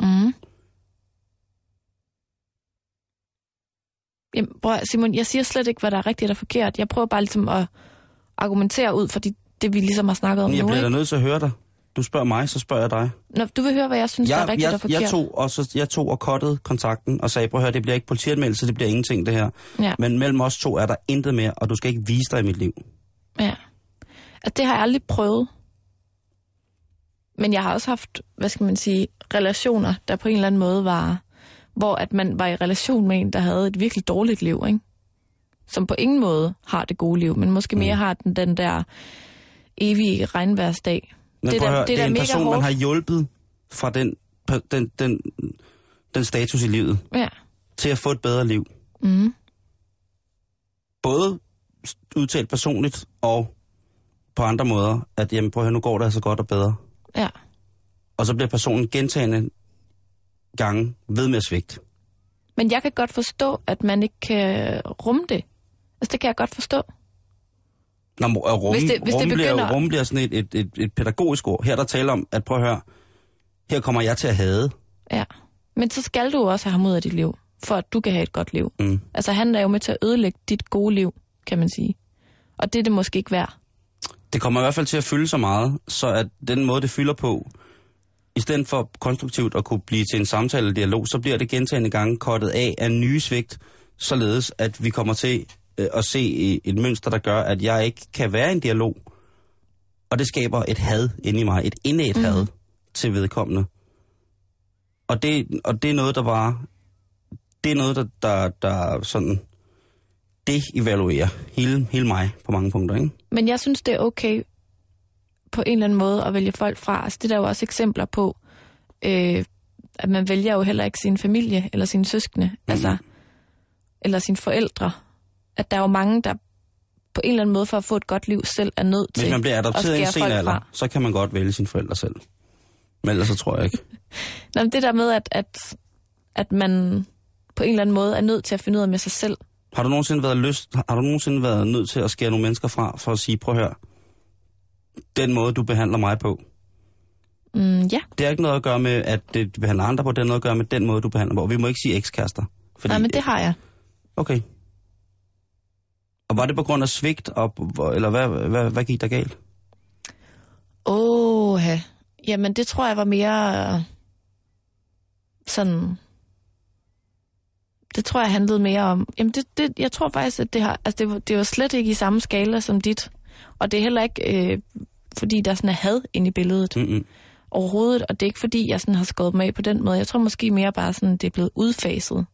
Jamen, Simon, jeg siger slet ikke, hvad der er rigtigt eller forkert. Jeg prøver bare ligesom at argumentere ud for det, vi ligesom har snakket om nu. Jeg bliver da nødt til at høre dig. Du spørger mig, så spørger jeg dig. Nå, du vil høre, hvad jeg synes, der er rigtigt og forkert. Jeg tog og cuttede kontakten og sagde, prøv at høre, det bliver ikke politianmeldelse, det bliver ingenting det her. Ja. Men mellem os to er der intet mere, og du skal ikke vise dig i mit liv. Ja. Altså, det har jeg aldrig prøvet. Men jeg har også haft, hvad skal man sige, relationer, der på en eller anden måde var, hvor at man var i relation med en, der havde et virkelig dårligt liv, ikke? Som på ingen måde har det gode liv, men måske mere har den der evige regnværsdag. Men det er en person, man har hjulpet fra den status i livet, til at få et bedre liv. Både udtalt personligt og på andre måder, at jamen, prøv at høre, nu går det altså godt og bedre. Ja. Og så bliver personen gentagne gange ved med at svigte. Men jeg kan godt forstå, at man ikke kan rumme det. Altså, det kan jeg godt forstå. Rumme bliver sådan et pædagogisk ord. Her der taler om, at prøv at høre, her kommer jeg til at hade. Ja, men så skal du også have ham ud af dit liv, for at du kan have et godt liv. Altså, han er jo med til at ødelægge dit gode liv, kan man sige. Og det er det måske ikke værd. Det kommer i hvert fald til at fylde så meget, så at den måde, det fylder på, i stedet for konstruktivt at kunne blive til en samtale eller dialog, så bliver det gentagne gange kortet af nye svigt, således at vi kommer til at se et mønster, der gør, at jeg ikke kan være i en dialog. Og det skaber et had inde i mig, et indædt had til vedkommende. Og det er noget, der bare... Det er noget, der sådan devaluerer hele mig på mange punkter, ikke? Men jeg synes, det er okay på en eller anden måde at vælge folk fra. Altså, det er der jo også eksempler på, at man vælger jo heller ikke sin familie eller sine søskende, altså, eller sine forældre. At der er jo mange, der på en eller anden måde for at få et godt liv selv er nødt til. Hvis man bliver adopteret i en sen alder, så kan man godt vælge sine forældre selv. Men ellers så tror jeg ikke. Nå, men det der med, at man på en eller anden måde er nødt til at finde ud af med sig selv. Har du nogensinde været nødt til at skære nogle mennesker fra, for at sige, prøv at høre, den måde, du behandler mig på? Ja. Det har ikke noget at gøre med, at du behandler andre på, det har noget at gøre med den måde, du behandler mig på. Vi må ikke sige ekskærester. Nej, men det har jeg. Okay. Og var det på grund af svigt, eller hvad gik der galt? Jamen, det tror jeg var mere sådan... Det tror jeg handlede mere om... Jamen, jeg tror faktisk, at det var slet ikke i samme skala som dit. Og det er heller ikke, fordi der sådan er had inde i billedet. Overhovedet. Og det er ikke, fordi jeg sådan har skåret mig af på den måde. Jeg tror måske mere bare sådan, det er blevet udfaset.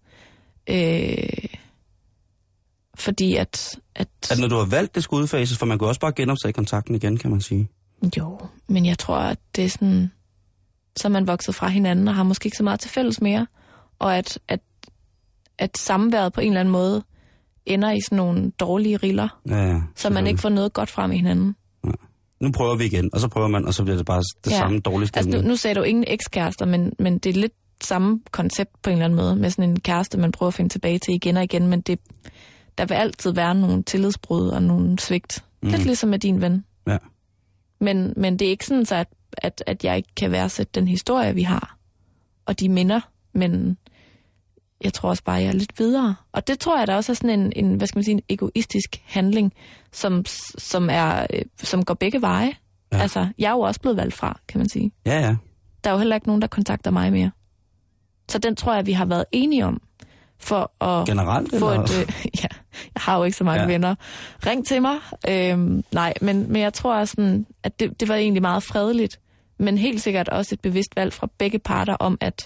Fordi at når du har valgt, det skulle udfases, for man kan også bare genoptage kontakten igen, kan man sige. Jo, men jeg tror, at det er sådan... Så er man vokset fra hinanden, og har måske ikke så meget til fælles mere. Og at samværet på en eller anden måde ender i sådan nogle dårlige riller, så man ikke får noget godt frem i hinanden. Ja. Nu prøver vi igen, og så prøver man, og så bliver det bare det samme dårlige stemning. Altså nu sagde du ingen ekskærester, men det er lidt samme koncept på en eller anden måde, med sådan en kæreste, man prøver at finde tilbage til igen og igen, men der vil altid være nogle tillidsbrud og nogle svigt. Lidt ligesom med din ven. Ja. Men det er ikke sådan, så at jeg ikke kan værdsætte den historie, vi har, og de minder, men jeg tror også bare, at jeg er lidt videre. Og det tror jeg, der også er sådan en hvad skal man sige, en egoistisk handling, som går begge veje. Ja. Altså, jeg er jo også blevet valgt fra, kan man sige. Ja, ja. Der er jo heller ikke nogen, der kontakter mig mere. Så den tror jeg, vi har været enige om, for at generelt, få ja, jeg har jo ikke så mange venner. Ring til mig. Nej, men jeg tror sådan, at det var egentlig meget fredeligt, men helt sikkert også et bevidst valg fra begge parter om, at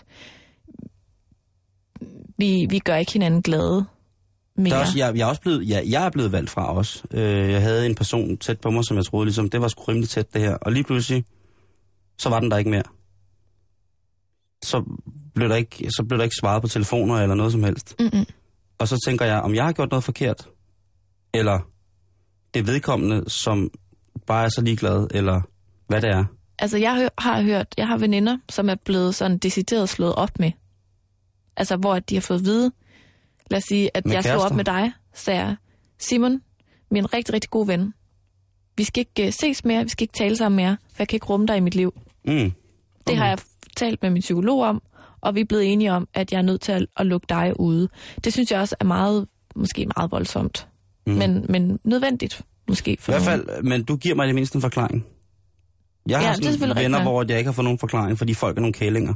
vi gør ikke hinanden glade mere. Jeg er blevet valgt fra også. Jeg havde en person tæt på mig, som jeg troede, ligesom, det var sgu rimelig tæt det her. Og lige pludselig, så var den der ikke mere. Så blev der ikke svaret på telefoner eller noget som helst. Og så tænker jeg, om jeg har gjort noget forkert, eller det er vedkommende, som bare er så ligeglad, eller hvad det er. Altså, jeg har veninder, som er blevet sådan decideret slået op med. Altså, hvor de har fået at vide, lad os sige, at jeg slog op med dig, sagde jeg, Simon, min rigtig, rigtig god ven, vi skal ikke ses mere, vi skal ikke tale sammen mere, for jeg kan ikke rumme dig i mit liv. Det har jeg talt med min psykolog om, og vi er blevet enige om, at jeg er nødt til at lukke dig ude. Det synes jeg også er måske meget voldsomt, men nødvendigt, måske. For i hvert fald, men du giver mig det mindste en forklaring. Jeg har sådan venner, hvor jeg ikke har fået nogen forklaring, fordi folk er nogle kælinger.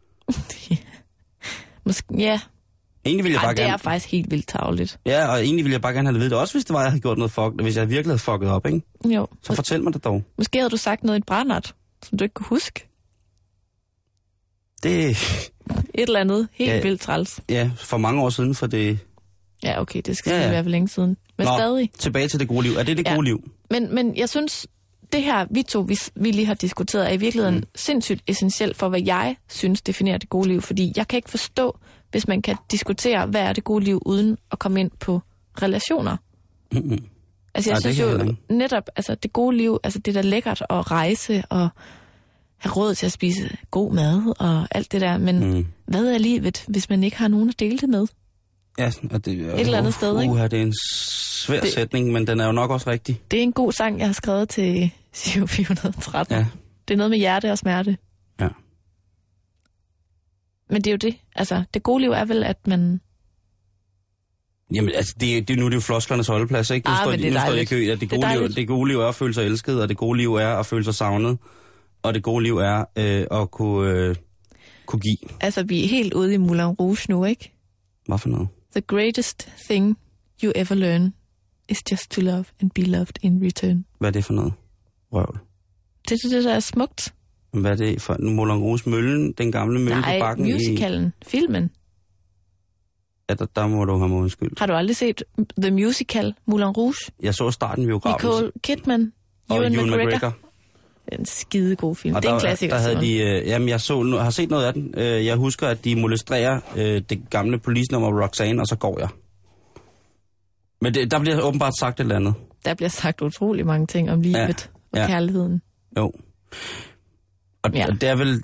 Måske, ja. Egentlig ville jeg bare det er faktisk helt vildt tarveligt. Ja, og egentlig ville jeg bare gerne have det vidt. Også hvis det var, jeg havde gjort noget fucked, hvis jeg virkelig havde fucket op, ikke? Jo. Så fortæl mig det dog. Måske havde du sagt noget i et brændert, som du ikke kunne huske. Det... Et eller andet helt vildt træls. Ja, for mange år siden, for det... Ja, okay, det skal være for længe siden. Men stadig. Tilbage til det gode liv. Er det gode liv? Men jeg synes, det her, vi lige har diskuteret, er i virkeligheden sindssygt essentielt for, hvad jeg synes definerer det gode liv. Fordi jeg kan ikke forstå, hvis man kan diskutere, hvad er det gode liv, uden at komme ind på relationer. Altså, jeg synes jo netop, altså det gode liv, altså det der lækkert at rejse og have råd til at spise god mad og alt det der. Men hvad er livet, hvis man ikke har nogen at dele det med? Ja, og det et eller andet sted, ikke? Det er en svær sætning, men den er jo nok også rigtig. Det er en god sang, jeg har skrevet til Giro 413. Ja. Det er noget med hjerte og smerte. Ja. Men det er jo det. Altså, det gode liv er vel, at man... Jamen, altså, det er jo flosklernes holdeplads, ikke? Nu står de i kø, at det gode liv er at føle sig elsket, og det gode liv er at føle sig savnet, og det gode liv er at kunne give. Altså, vi er helt ude i Moulin Rouge nu, ikke? Hvad for noget? The greatest thing you ever learn is just to love and be loved in return. Hvad er det for noget? Røvl. Det er det, der er smukt. Hvad er det for Moulin Rouge? Møllen, den gamle mølle på bakken? Nej, musicalen, filmen. Ja, der må du have mig undskyld. Har du aldrig set The Musical, Moulin Rouge? Jeg så starten biografen. Nicole Kidman og Ewan McGregor. En skide god film. Og det er en klassiker. Der havde jamen, jeg har set noget af den. Jeg husker, at de molestrerer det gamle policenummer Roxanne, og så går jeg. Men der bliver åbenbart sagt et eller andet. Der bliver sagt utrolig mange ting om livet og kærligheden. Jo. Og det er vel...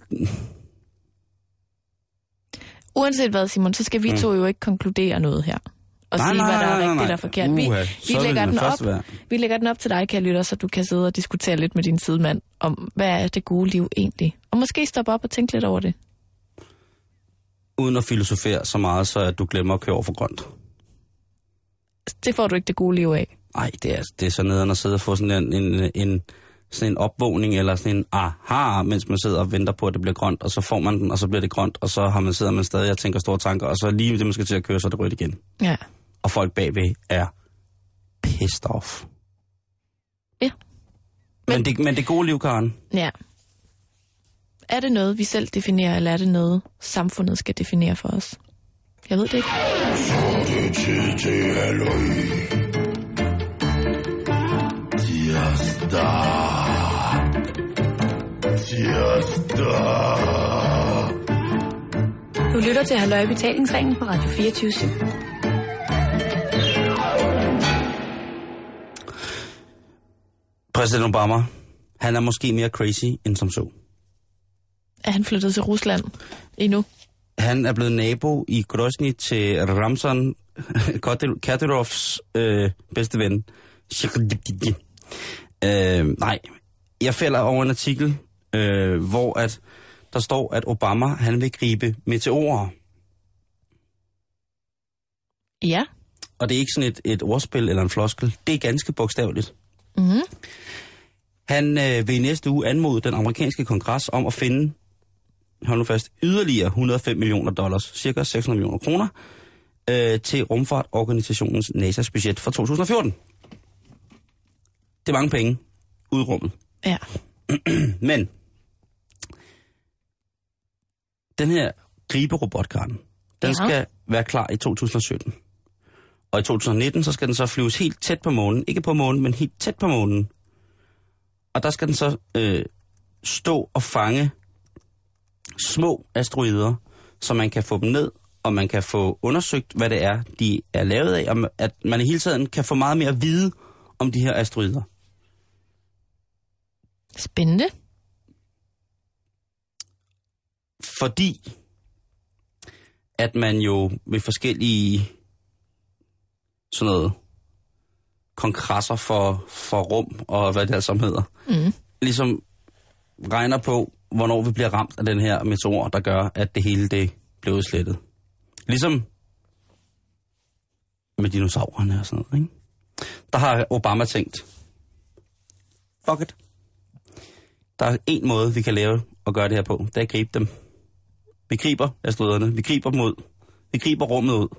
Uanset hvad, Simon, så skal vi to jo ikke konkludere noget her. Og sige, hvad der er rigtigt og forkert. Vi lægger den op til dig, kære lytter, så du kan sidde og diskutere lidt med din sidemand om, hvad er det gode liv egentlig? Og måske stoppe op og tænke lidt over det. Uden at filosofere så meget, så at du glemmer at køre over for grønt. Det får du ikke det gode liv af. Nej, det er så nederen at sidde og få sådan en sådan en opvågning, eller sådan en aha, mens man sidder og venter på, at det bliver grønt, og så får man den, og så bliver det grønt, og så har man sidder man stadig og tænker store tanker, og så lige det, man skal til at køre, så er det rødt igen. Ja. Og folk bagved er pissed off. Ja. Men det gode liv, Karen. Ja. Er det noget, vi selv definerer, eller er det noget, samfundet skal definere for os? Jeg ved det ikke. Så er det tid til halløj. Tirsdag. Du lytter til Halløj i Betalingsringen på Radio 24/7. Præsident Obama, han er måske mere crazy end som så. Er han flyttet til Rusland endnu? Han er blevet nabo i Grozny til Ramzan Kadyrovs bedste ven. Nej, jeg falder over en artikel, hvor at der står, at Obama han vil gribe meteorer. Ja. Og det er ikke sådan et ordspil eller en floskel. Det er ganske bogstaveligt. Mm-hmm. Han vil i næste uge anmode den amerikanske kongres om at finde, hold nu fast, yderligere $105 millioner, cirka 600 millioner kroner, til rumfartorganisationens NASA's budget for 2014. Det er mange penge ud i rummet. Ja. Men den her griberobotkarten, den skal være klar i 2017. Og i 2019, så skal den så flyves helt tæt på månen. Ikke på månen, men helt tæt på månen. Og der skal den så stå og fange små asteroider, så man kan få dem ned, og man kan få undersøgt, hvad det er, de er lavet af, og at man i hele tiden kan få meget mere at vide om de her asteroider. Spændende. Fordi at man jo ved forskellige sådan noget kongresser for rum og hvad det altså hedder, ligesom regner på, hvornår vi bliver ramt af den her meteor, der gør, at det hele det bliver udslettet. Ligesom med dinosaurerne og sådan noget, ikke? Der har Obama tænkt, fuck it. Der er en måde, vi kan lave og gøre det her på. Det er at gribe dem. Vi griber asteroiderne. Vi griber dem ud. Vi griber rummet ud.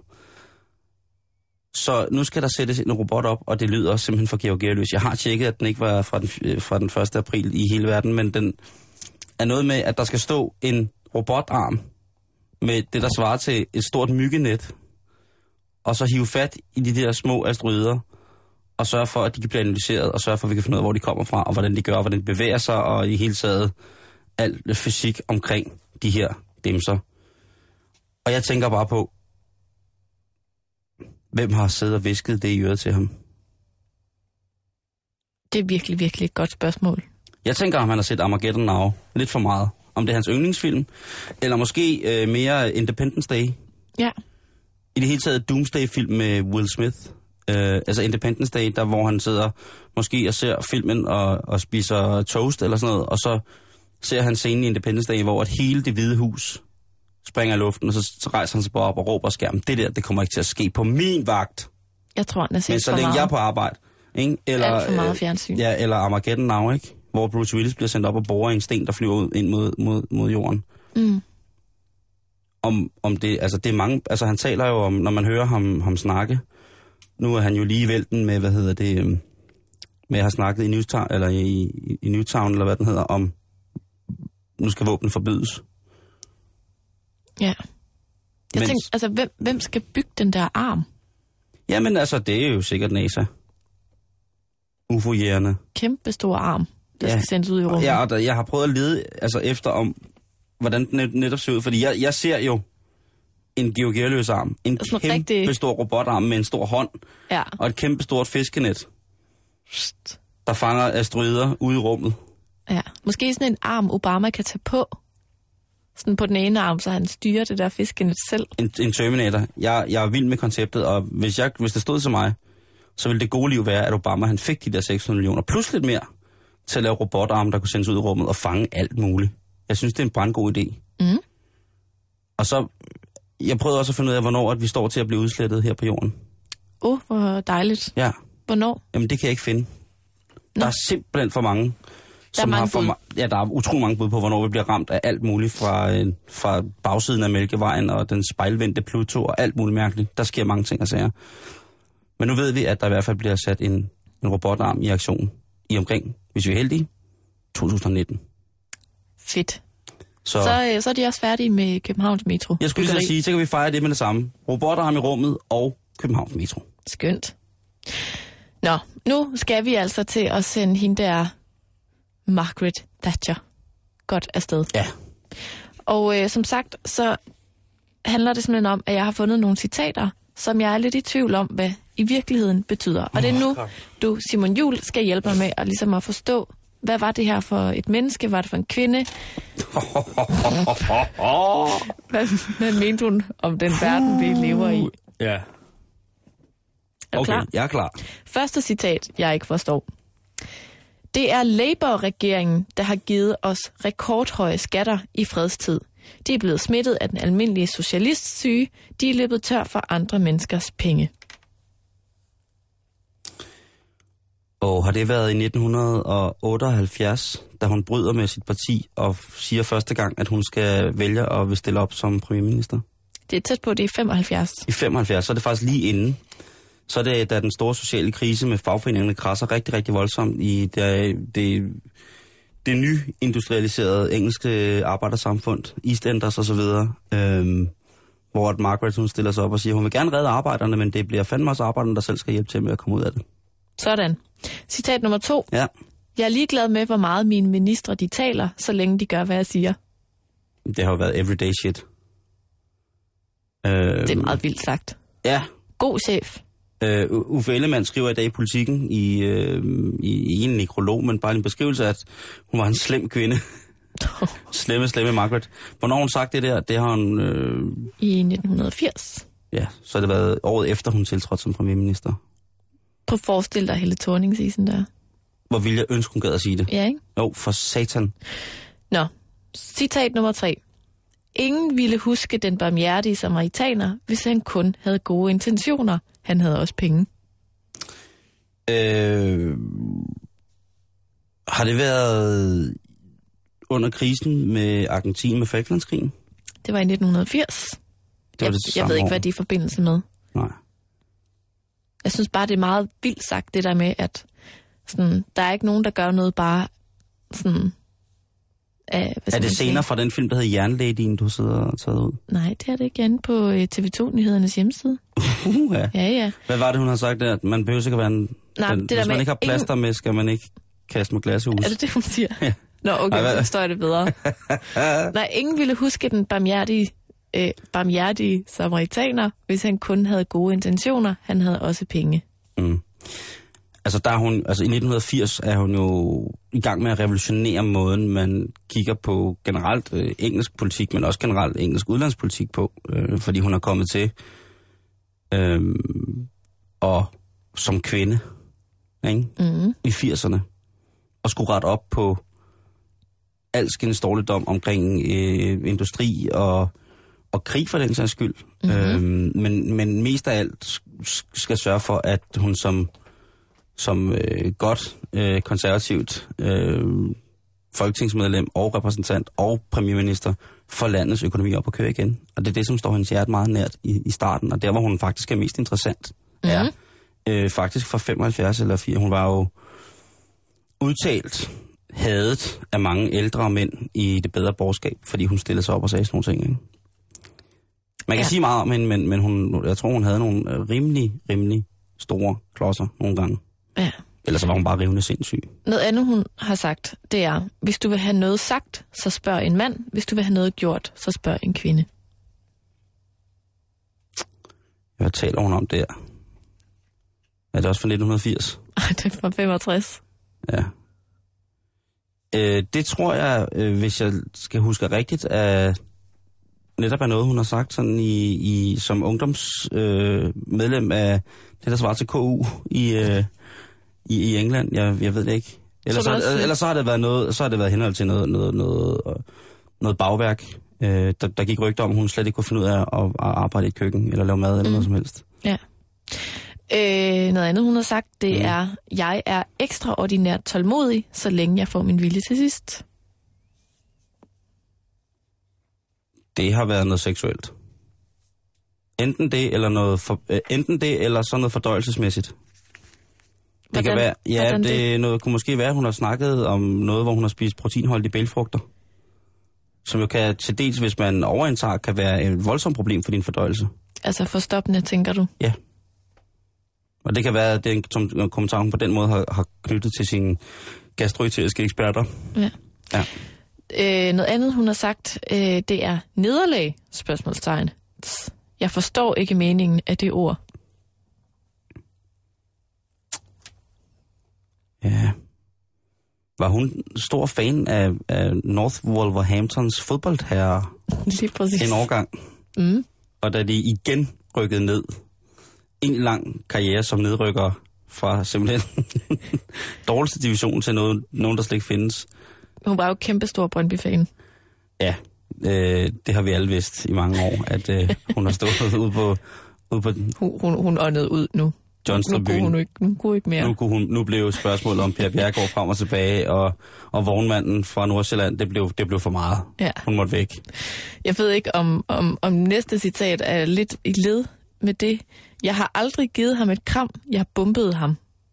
Så nu skal der sættes en robot op, og det lyder simpelthen for georgialøs. Jeg har tjekket, at den ikke var fra den 1. april i hele verden, men den er noget med, at der skal stå en robotarm med det, der svarer til et stort myggenet, og så hive fat i de der små asteroider, og sørge for, at de kan blive analyseret, og sørge for, at vi kan finde ud af, hvor de kommer fra, og hvordan de gør, og hvordan de bevæger sig, og i hele taget al fysik omkring de her dimser. Og jeg tænker bare på, hvem har siddet og visket det i øret til ham? Det er virkelig, virkelig et godt spørgsmål. Jeg tænker, om han har set Armageddon Now lidt for meget. Om det er hans yndlingsfilm, eller måske mere Independence Day. Ja. I det hele taget Doomsday-film med Will Smith. Altså Independence Day, der hvor han sidder måske og ser filmen og spiser toast eller sådan noget, og så ser han scenen i Independence Day, hvor at hele det hvide hus springer i luften, og så rejser han sig bare op og råber skærmen. Det kommer ikke til at ske på min vagt. Jeg tror, han er set men så længe jeg er på arbejde. Ikke? Eller, alt for meget fjernsyn. Ja, eller Armageddon Now, ikke? Hvor Bruce Willis bliver sendt op og borer i en sten, der flyver ud ind mod jorden. Mm. Om det, altså det er mange, altså han taler jo om, når man hører ham snakke, nu er han jo lige i vælten med, med at have snakket i Newtown, eller i Newtown, eller hvad den hedder, om nu skal våben forbydes. Ja. Jeg tænkte, altså hvem skal bygge den der arm? Jamen altså, det er jo sikkert NASA. UFO-jægerne. Kæmpe stor arm, der skal sendes ud i rummet. Ja, og jeg har prøvet at lede efter om, hvordan den netop ser ud, fordi jeg ser jo en georgialøs arm. En kæmpe stor robotarm med en stor hånd. Ja. Og et kæmpe stort fiskenet, der fanger asteroider ude i rummet. Ja, måske sådan en arm, Obama kan tage på. Sådan på den ene arm, så han styrer det der fiskenet selv. En Terminator. Jeg er vild med konceptet, og hvis det stod til mig, så ville det gode liv være, at Obama han fik de der 600 millioner, plus lidt mere, til at lave robotarme, der kunne sendes ud i rummet og fange alt muligt. Jeg synes, det er en brandgod idé. Mm. Og så, jeg prøvede også at finde ud af, hvornår at vi står til at blive udslettet her på jorden. Hvor dejligt. Ja. Hvornår? Jamen, det kan jeg ikke finde. Der er simpelthen for mange. Der er utrolig mange bud på, hvornår vi bliver ramt af alt muligt fra bagsiden af Mælkevejen og den spejlvendte Pluto og alt muligt mærkeligt. Der sker mange ting og sager. Men nu ved vi, at der i hvert fald bliver sat en robotarm i aktion i omkring, hvis vi er heldige, 2019. Fedt. Så er de også færdige med Københavns Metro. Jeg skulle lige sige, så kan vi fejre det med det samme. Robotarm i rummet og Københavns Metro. Skønt. Nå, nu skal vi altså til at sende hende der Margaret Thatcher godt afsted. Ja. Og som sagt, så handler det simpelthen om, at jeg har fundet nogle citater, som jeg er lidt i tvivl om, hvad i virkeligheden betyder. Og det er nu, du, Simon Juhl, skal hjælpe mig med at, ligesom at forstå, hvad var det her for et menneske? Var det for en kvinde? Hvad mente hun om den verden, vi lever i? Ja. Er du klar? Jeg er klar. Første citat, jeg ikke forstår. Det er Labour-regeringen, der har givet os rekordhøje skatter i fredstid. De er blevet smittet af den almindelige socialistsyge. De er løbet tør for andre menneskers penge. Og har det været i 1978, da hun bryder med sit parti og siger første gang, at hun skal vælge at vil stille op som premierminister? Det er tæt på, det er 75. I 75, så er det faktisk lige inden. Så er det, da den store sociale krise med fagforeningerne krasser rigtig, rigtig voldsomt i det nyindustrialiserede engelske arbejdersamfund, EastEnders og så videre, hvor at Margaret hun stiller sig op og siger, hun vil gerne redde arbejderne, men det bliver fandme også arbejderne, der selv skal hjælpe til med at komme ud af det. Sådan. Citat nummer 2. Ja. Jeg er ligeglad med, hvor meget mine ministre de taler, så længe de gør, hvad jeg siger. Det har jo været everyday shit. Det er meget vildt sagt. Ja. God chef. Uffe Ellemann skriver i dag i Politikken i en nekrolog, men bare en beskrivelse af, at hun var en slem kvinde. slemme Margaret. Hvornår har hun sagt det der? Det har hun... I 1980. Ja, så har det været året efter, hun tiltrådte som premierminister. Prøv at forestille dig Helle Thorning-sisen der. Hvor ville jeg ønske, hun gad at sige det? Ja, ikke? Jo, for satan. Nå, citat nummer 3. Ingen ville huske den barmhjertige samaritaner, hvis han kun havde gode intentioner. Han havde også penge. Har det været under krisen med Argentin med Falklandskrigen? Det var i 1980. Jeg ved ikke, hvad det er i forbindelse med. Nej. Jeg synes bare, det er meget vildt sagt, det der med, at sådan, der er ikke nogen, der gør noget bare sådan... Er det scener fra den film, der hedder Jernladyen, du sidder og taget ud? Nej, det er det ikke inde på TV2-nyhedernes hjemmeside. Ja. Ja. Hvad var det, hun har sagt der? Man behøver sikkert være en... Hvis man ikke har plaster med, skal man ikke kaste med glashus. Er det det, hun siger? Ja. Nå, okay, så forstår jeg det bedre. Nej, ingen ville huske den barmhjertige samaritaner, hvis han kun havde gode intentioner. Han havde også penge. Mm. Altså, i 1980 er hun jo i gang med at revolutionere måden, man kigger på generelt engelsk politik, men også generelt engelsk udlandspolitik på, fordi hun er kommet til og som kvinde ikke? I 80'erne og skulle rette op på alskens dårligdom omkring industri og krig for den sags skyld. Men mest af alt skal sørge for, at hun som godt konservativt folketingsmedlem og repræsentant og premierminister får landets økonomi op at køre igen. Og det er det, som står hendes hjerte meget nært i starten, og der, hvor hun faktisk er mest interessant, er faktisk fra 75 eller 4. Hun var jo udtalt hadet af mange ældre mænd i det bedre borgerskab, fordi hun stillede sig op og sagde sådan nogle ting. Ikke? Man kan sige meget om hende, men jeg tror, hun havde nogle rimelig store klodser nogle gange. Ja. Ellers så var hun bare rivende sindssyg. Noget andet, hun har sagt, det er, hvis du vil have noget sagt, så spørg en mand. Hvis du vil have noget gjort, så spørg en kvinde. Hvad taler hun om der? Er det også fra 1980? Det er fra 65. Ja. Det tror jeg, hvis jeg skal huske rigtigt, netop er noget, hun har sagt sådan som ungdomsmedlem af det, der svarer til KU i England. Jeg ved det ikke. Ellers så har det været noget, så har det været henhold til noget bagværk. Der gik rygter om, hun slet ikke kunne finde ud af at arbejde i et køkken eller lave mad eller noget som helst. Ja. Noget andet, hun har sagt, det er, jeg er ekstraordinært tålmodig, så længe jeg får min vilje til sidst. Det har været noget seksuelt. Enten det, eller sådan noget fordøjelsesmæssigt. Det kan være, ja, det noget, kunne måske være, at hun har snakket om noget, hvor hun har spist proteinholdige bælgfrugter. Som jo kan til dels, hvis man overindtager, kan være et voldsomt problem for din fordøjelse. Altså forstoppende, tænker du? Ja. Og det kan være, at den kommentar, hun på den måde har knyttet til sine gastroenteriske eksperter. Ja. Noget andet, hun har sagt, det er nederlag, spørgsmålstegn. Jeg forstår ikke meningen af det ord. Ja. Var hun stor fan af North Wolverhamptons fodboldherre? Lige præcis. En årgang. Mm. Og da de igen rykkede ned, en lang karriere som nedrykker fra simpelthen dårligste division til nogen, der slet ikke findes. Hun var jo kæmpestor Brøndby-fan. Ja, det har vi alle vidst i mange år, at hun har stået ude på... Hun åndede ud nu. Johnstone-byen. Nu kunne ikke mere. Nu blev spørgsmålet om Per Bjerregaard frem og tilbage, og vognmanden fra Nordsjælland, det blev for meget. Ja. Hun måtte væk. Jeg ved ikke, om næste citat er lidt i led med det. Jeg har aldrig givet ham et kram, jeg har bumpet ham.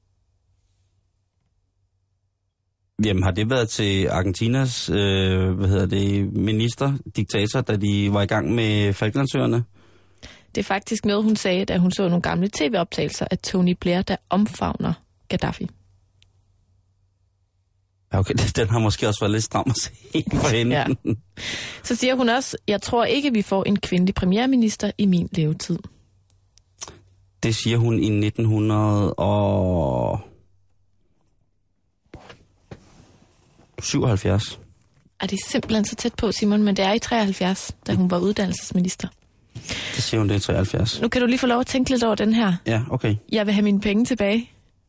Jamen, har det været til Argentinas diktator, da de var i gang med Falklandsøerne? Det er faktisk noget, hun sagde, da hun så nogle gamle tv-optagelser af Tony Blair, der omfavner Gaddafi. Okay, den har måske også været lidt stram at se for hende. Ja. Så siger hun også, jeg tror ikke, vi får en kvindelig premierminister i min levetid. Det siger hun i 1977. Det er simpelthen så tæt på, Simon, men det er i 73, da hun var uddannelsesminister. Det siger hun, det er 73. Nu kan du lige få lov at tænke lidt over den her. Ja, okay. Jeg vil have mine penge tilbage.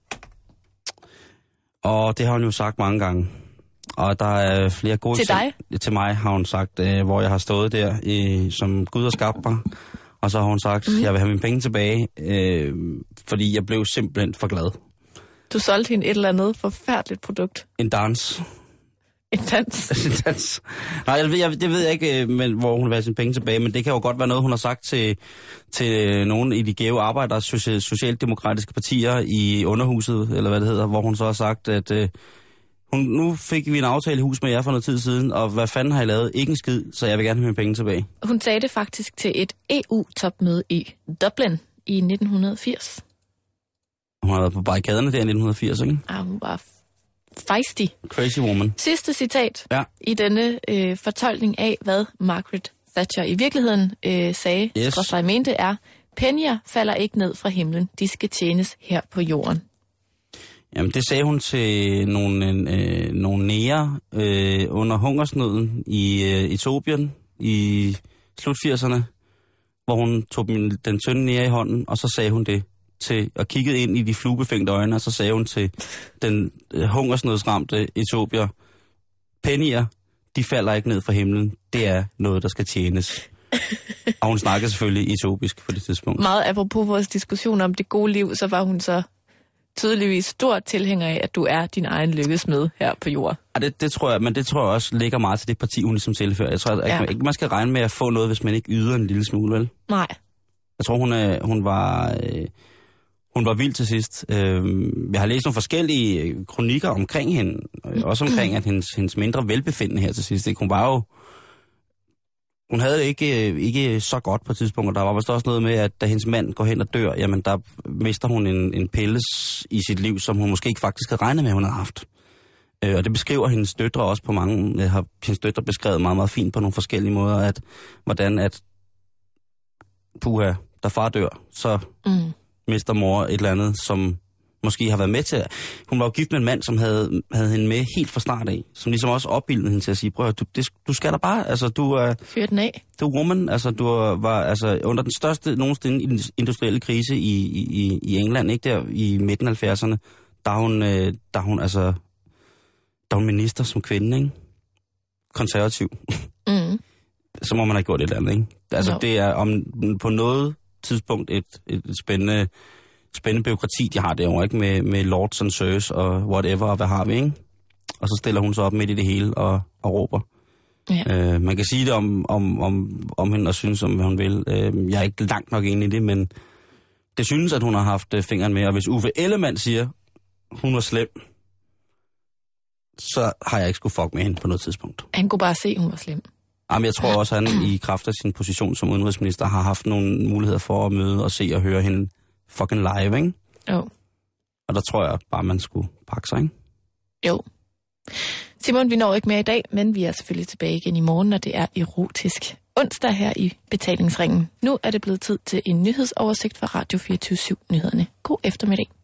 Og det har hun jo sagt mange gange. Og der er flere gode... Til dig? Til mig har hun sagt, hvor jeg har stået der, som Gud har skabt mig. Og så har hun sagt, jeg vil have mine penge tilbage, fordi jeg blev simpelthen for glad. Du solgte hende et eller andet forfærdeligt produkt. En dans. En dans? En dans. Nej, det ved jeg ikke, hvor hun vil have sine penge tilbage, men det kan jo godt være noget, hun har sagt til nogle i de gæve arbejdere, socialdemokratiske partier i underhuset, eller hvad det hedder, hvor hun så har sagt, at nu fik vi en aftale i hus med jer for noget tid siden, og hvad fanden har I lavet? Ikke en skid, så jeg vil gerne have mine penge tilbage. Hun sagde det faktisk til et EU-topmøde i Dublin i 1980. Hun har været på barrikaderne der i 1980, ikke? Hun var feisty. Crazy woman. Sidste citat i denne fortolkning af, hvad Margaret Thatcher i virkeligheden sagde, og mente er, pennier falder ikke ned fra himlen, de skal tjenes her på jorden. Jamen, det sagde hun til nogle nære under hungersnøden i Etiopien i slut 80'erne, hvor hun tog den tynde nære i hånden, og så sagde hun det til og kiggede ind i de fluebefængte øjne, og så sagde hun til den hungersnødsramte etiopier, pennier, de falder ikke ned fra himlen, det er noget, der skal tjenes. Og hun snakkede selvfølgelig etiopisk på det tidspunkt. Meget apropos vores diskussion om det gode liv, så var hun så tydeligvis stor tilhænger af, at du er din egen lykkesmed her på jorden. Ja, det tror jeg, men det tror jeg også ligger meget til det parti, hun ligesom tilfører. Jeg tror ikke, man skal regne med at få noget, hvis man ikke yder en lille smule, vel? Nej. Jeg tror, hun var vild til sidst. Jeg har læst nogle forskellige kronikker omkring hende, også omkring at hendes mindre velbefindende her til sidst. Hun havde det ikke så godt på et tidspunkt, og der var vist også noget med, at da hendes mand går hen og dør, jamen der mister hun en pille i sit liv, som hun måske ikke faktisk havde regnet med, hun havde haft. Og det beskriver hendes døtre også på mange, har hendes døtre beskrevet meget, meget fint på nogle forskellige måder, hvordan puha, da far dør, så mister mor et eller andet, som måske har været med til. Hun var jo gift med en mand, som havde hende med helt fra start af, som ligesom også opbildede hende til at sige, prøv du skal da bare, altså du er... Fyr den af. Du er woman, altså du var altså under den største nogensinde industrielle krise i England, ikke der i midten af 70'erne, der er hun minister som kvinde, ikke? Konservativ. Så må man have gjort et eller andet, ikke? Altså det er på noget tidspunkt et spændende byråkrati, de har derovre, ikke? Med lords and sirs og whatever, og hvad har vi, ikke? Og så stiller hun sig op midt i det hele og råber. Ja. Man kan sige det om hende og synes, om hvad hun vil. Jeg er ikke langt nok inde i det, men det synes, at hun har haft fingeren med. Og hvis Uffe Ellemann siger, hun var slem, så har jeg ikke skulle fuck med hende på noget tidspunkt. Han kunne bare se, at hun var slem. Jamen, jeg tror også, at han i kraft af sin position som udenrigsminister har haft nogle muligheder for at møde og se og høre hende fucking live, ikke? Jo. Og der tror jeg bare, man skulle pakke sig, ikke? Jo. Simon, vi når ikke mere i dag, men vi er selvfølgelig tilbage igen i morgen, når det er erotisk onsdag her i Betalingsringen. Nu er det blevet tid til en nyhedsoversigt fra Radio 24/7 Nyhederne. God eftermiddag.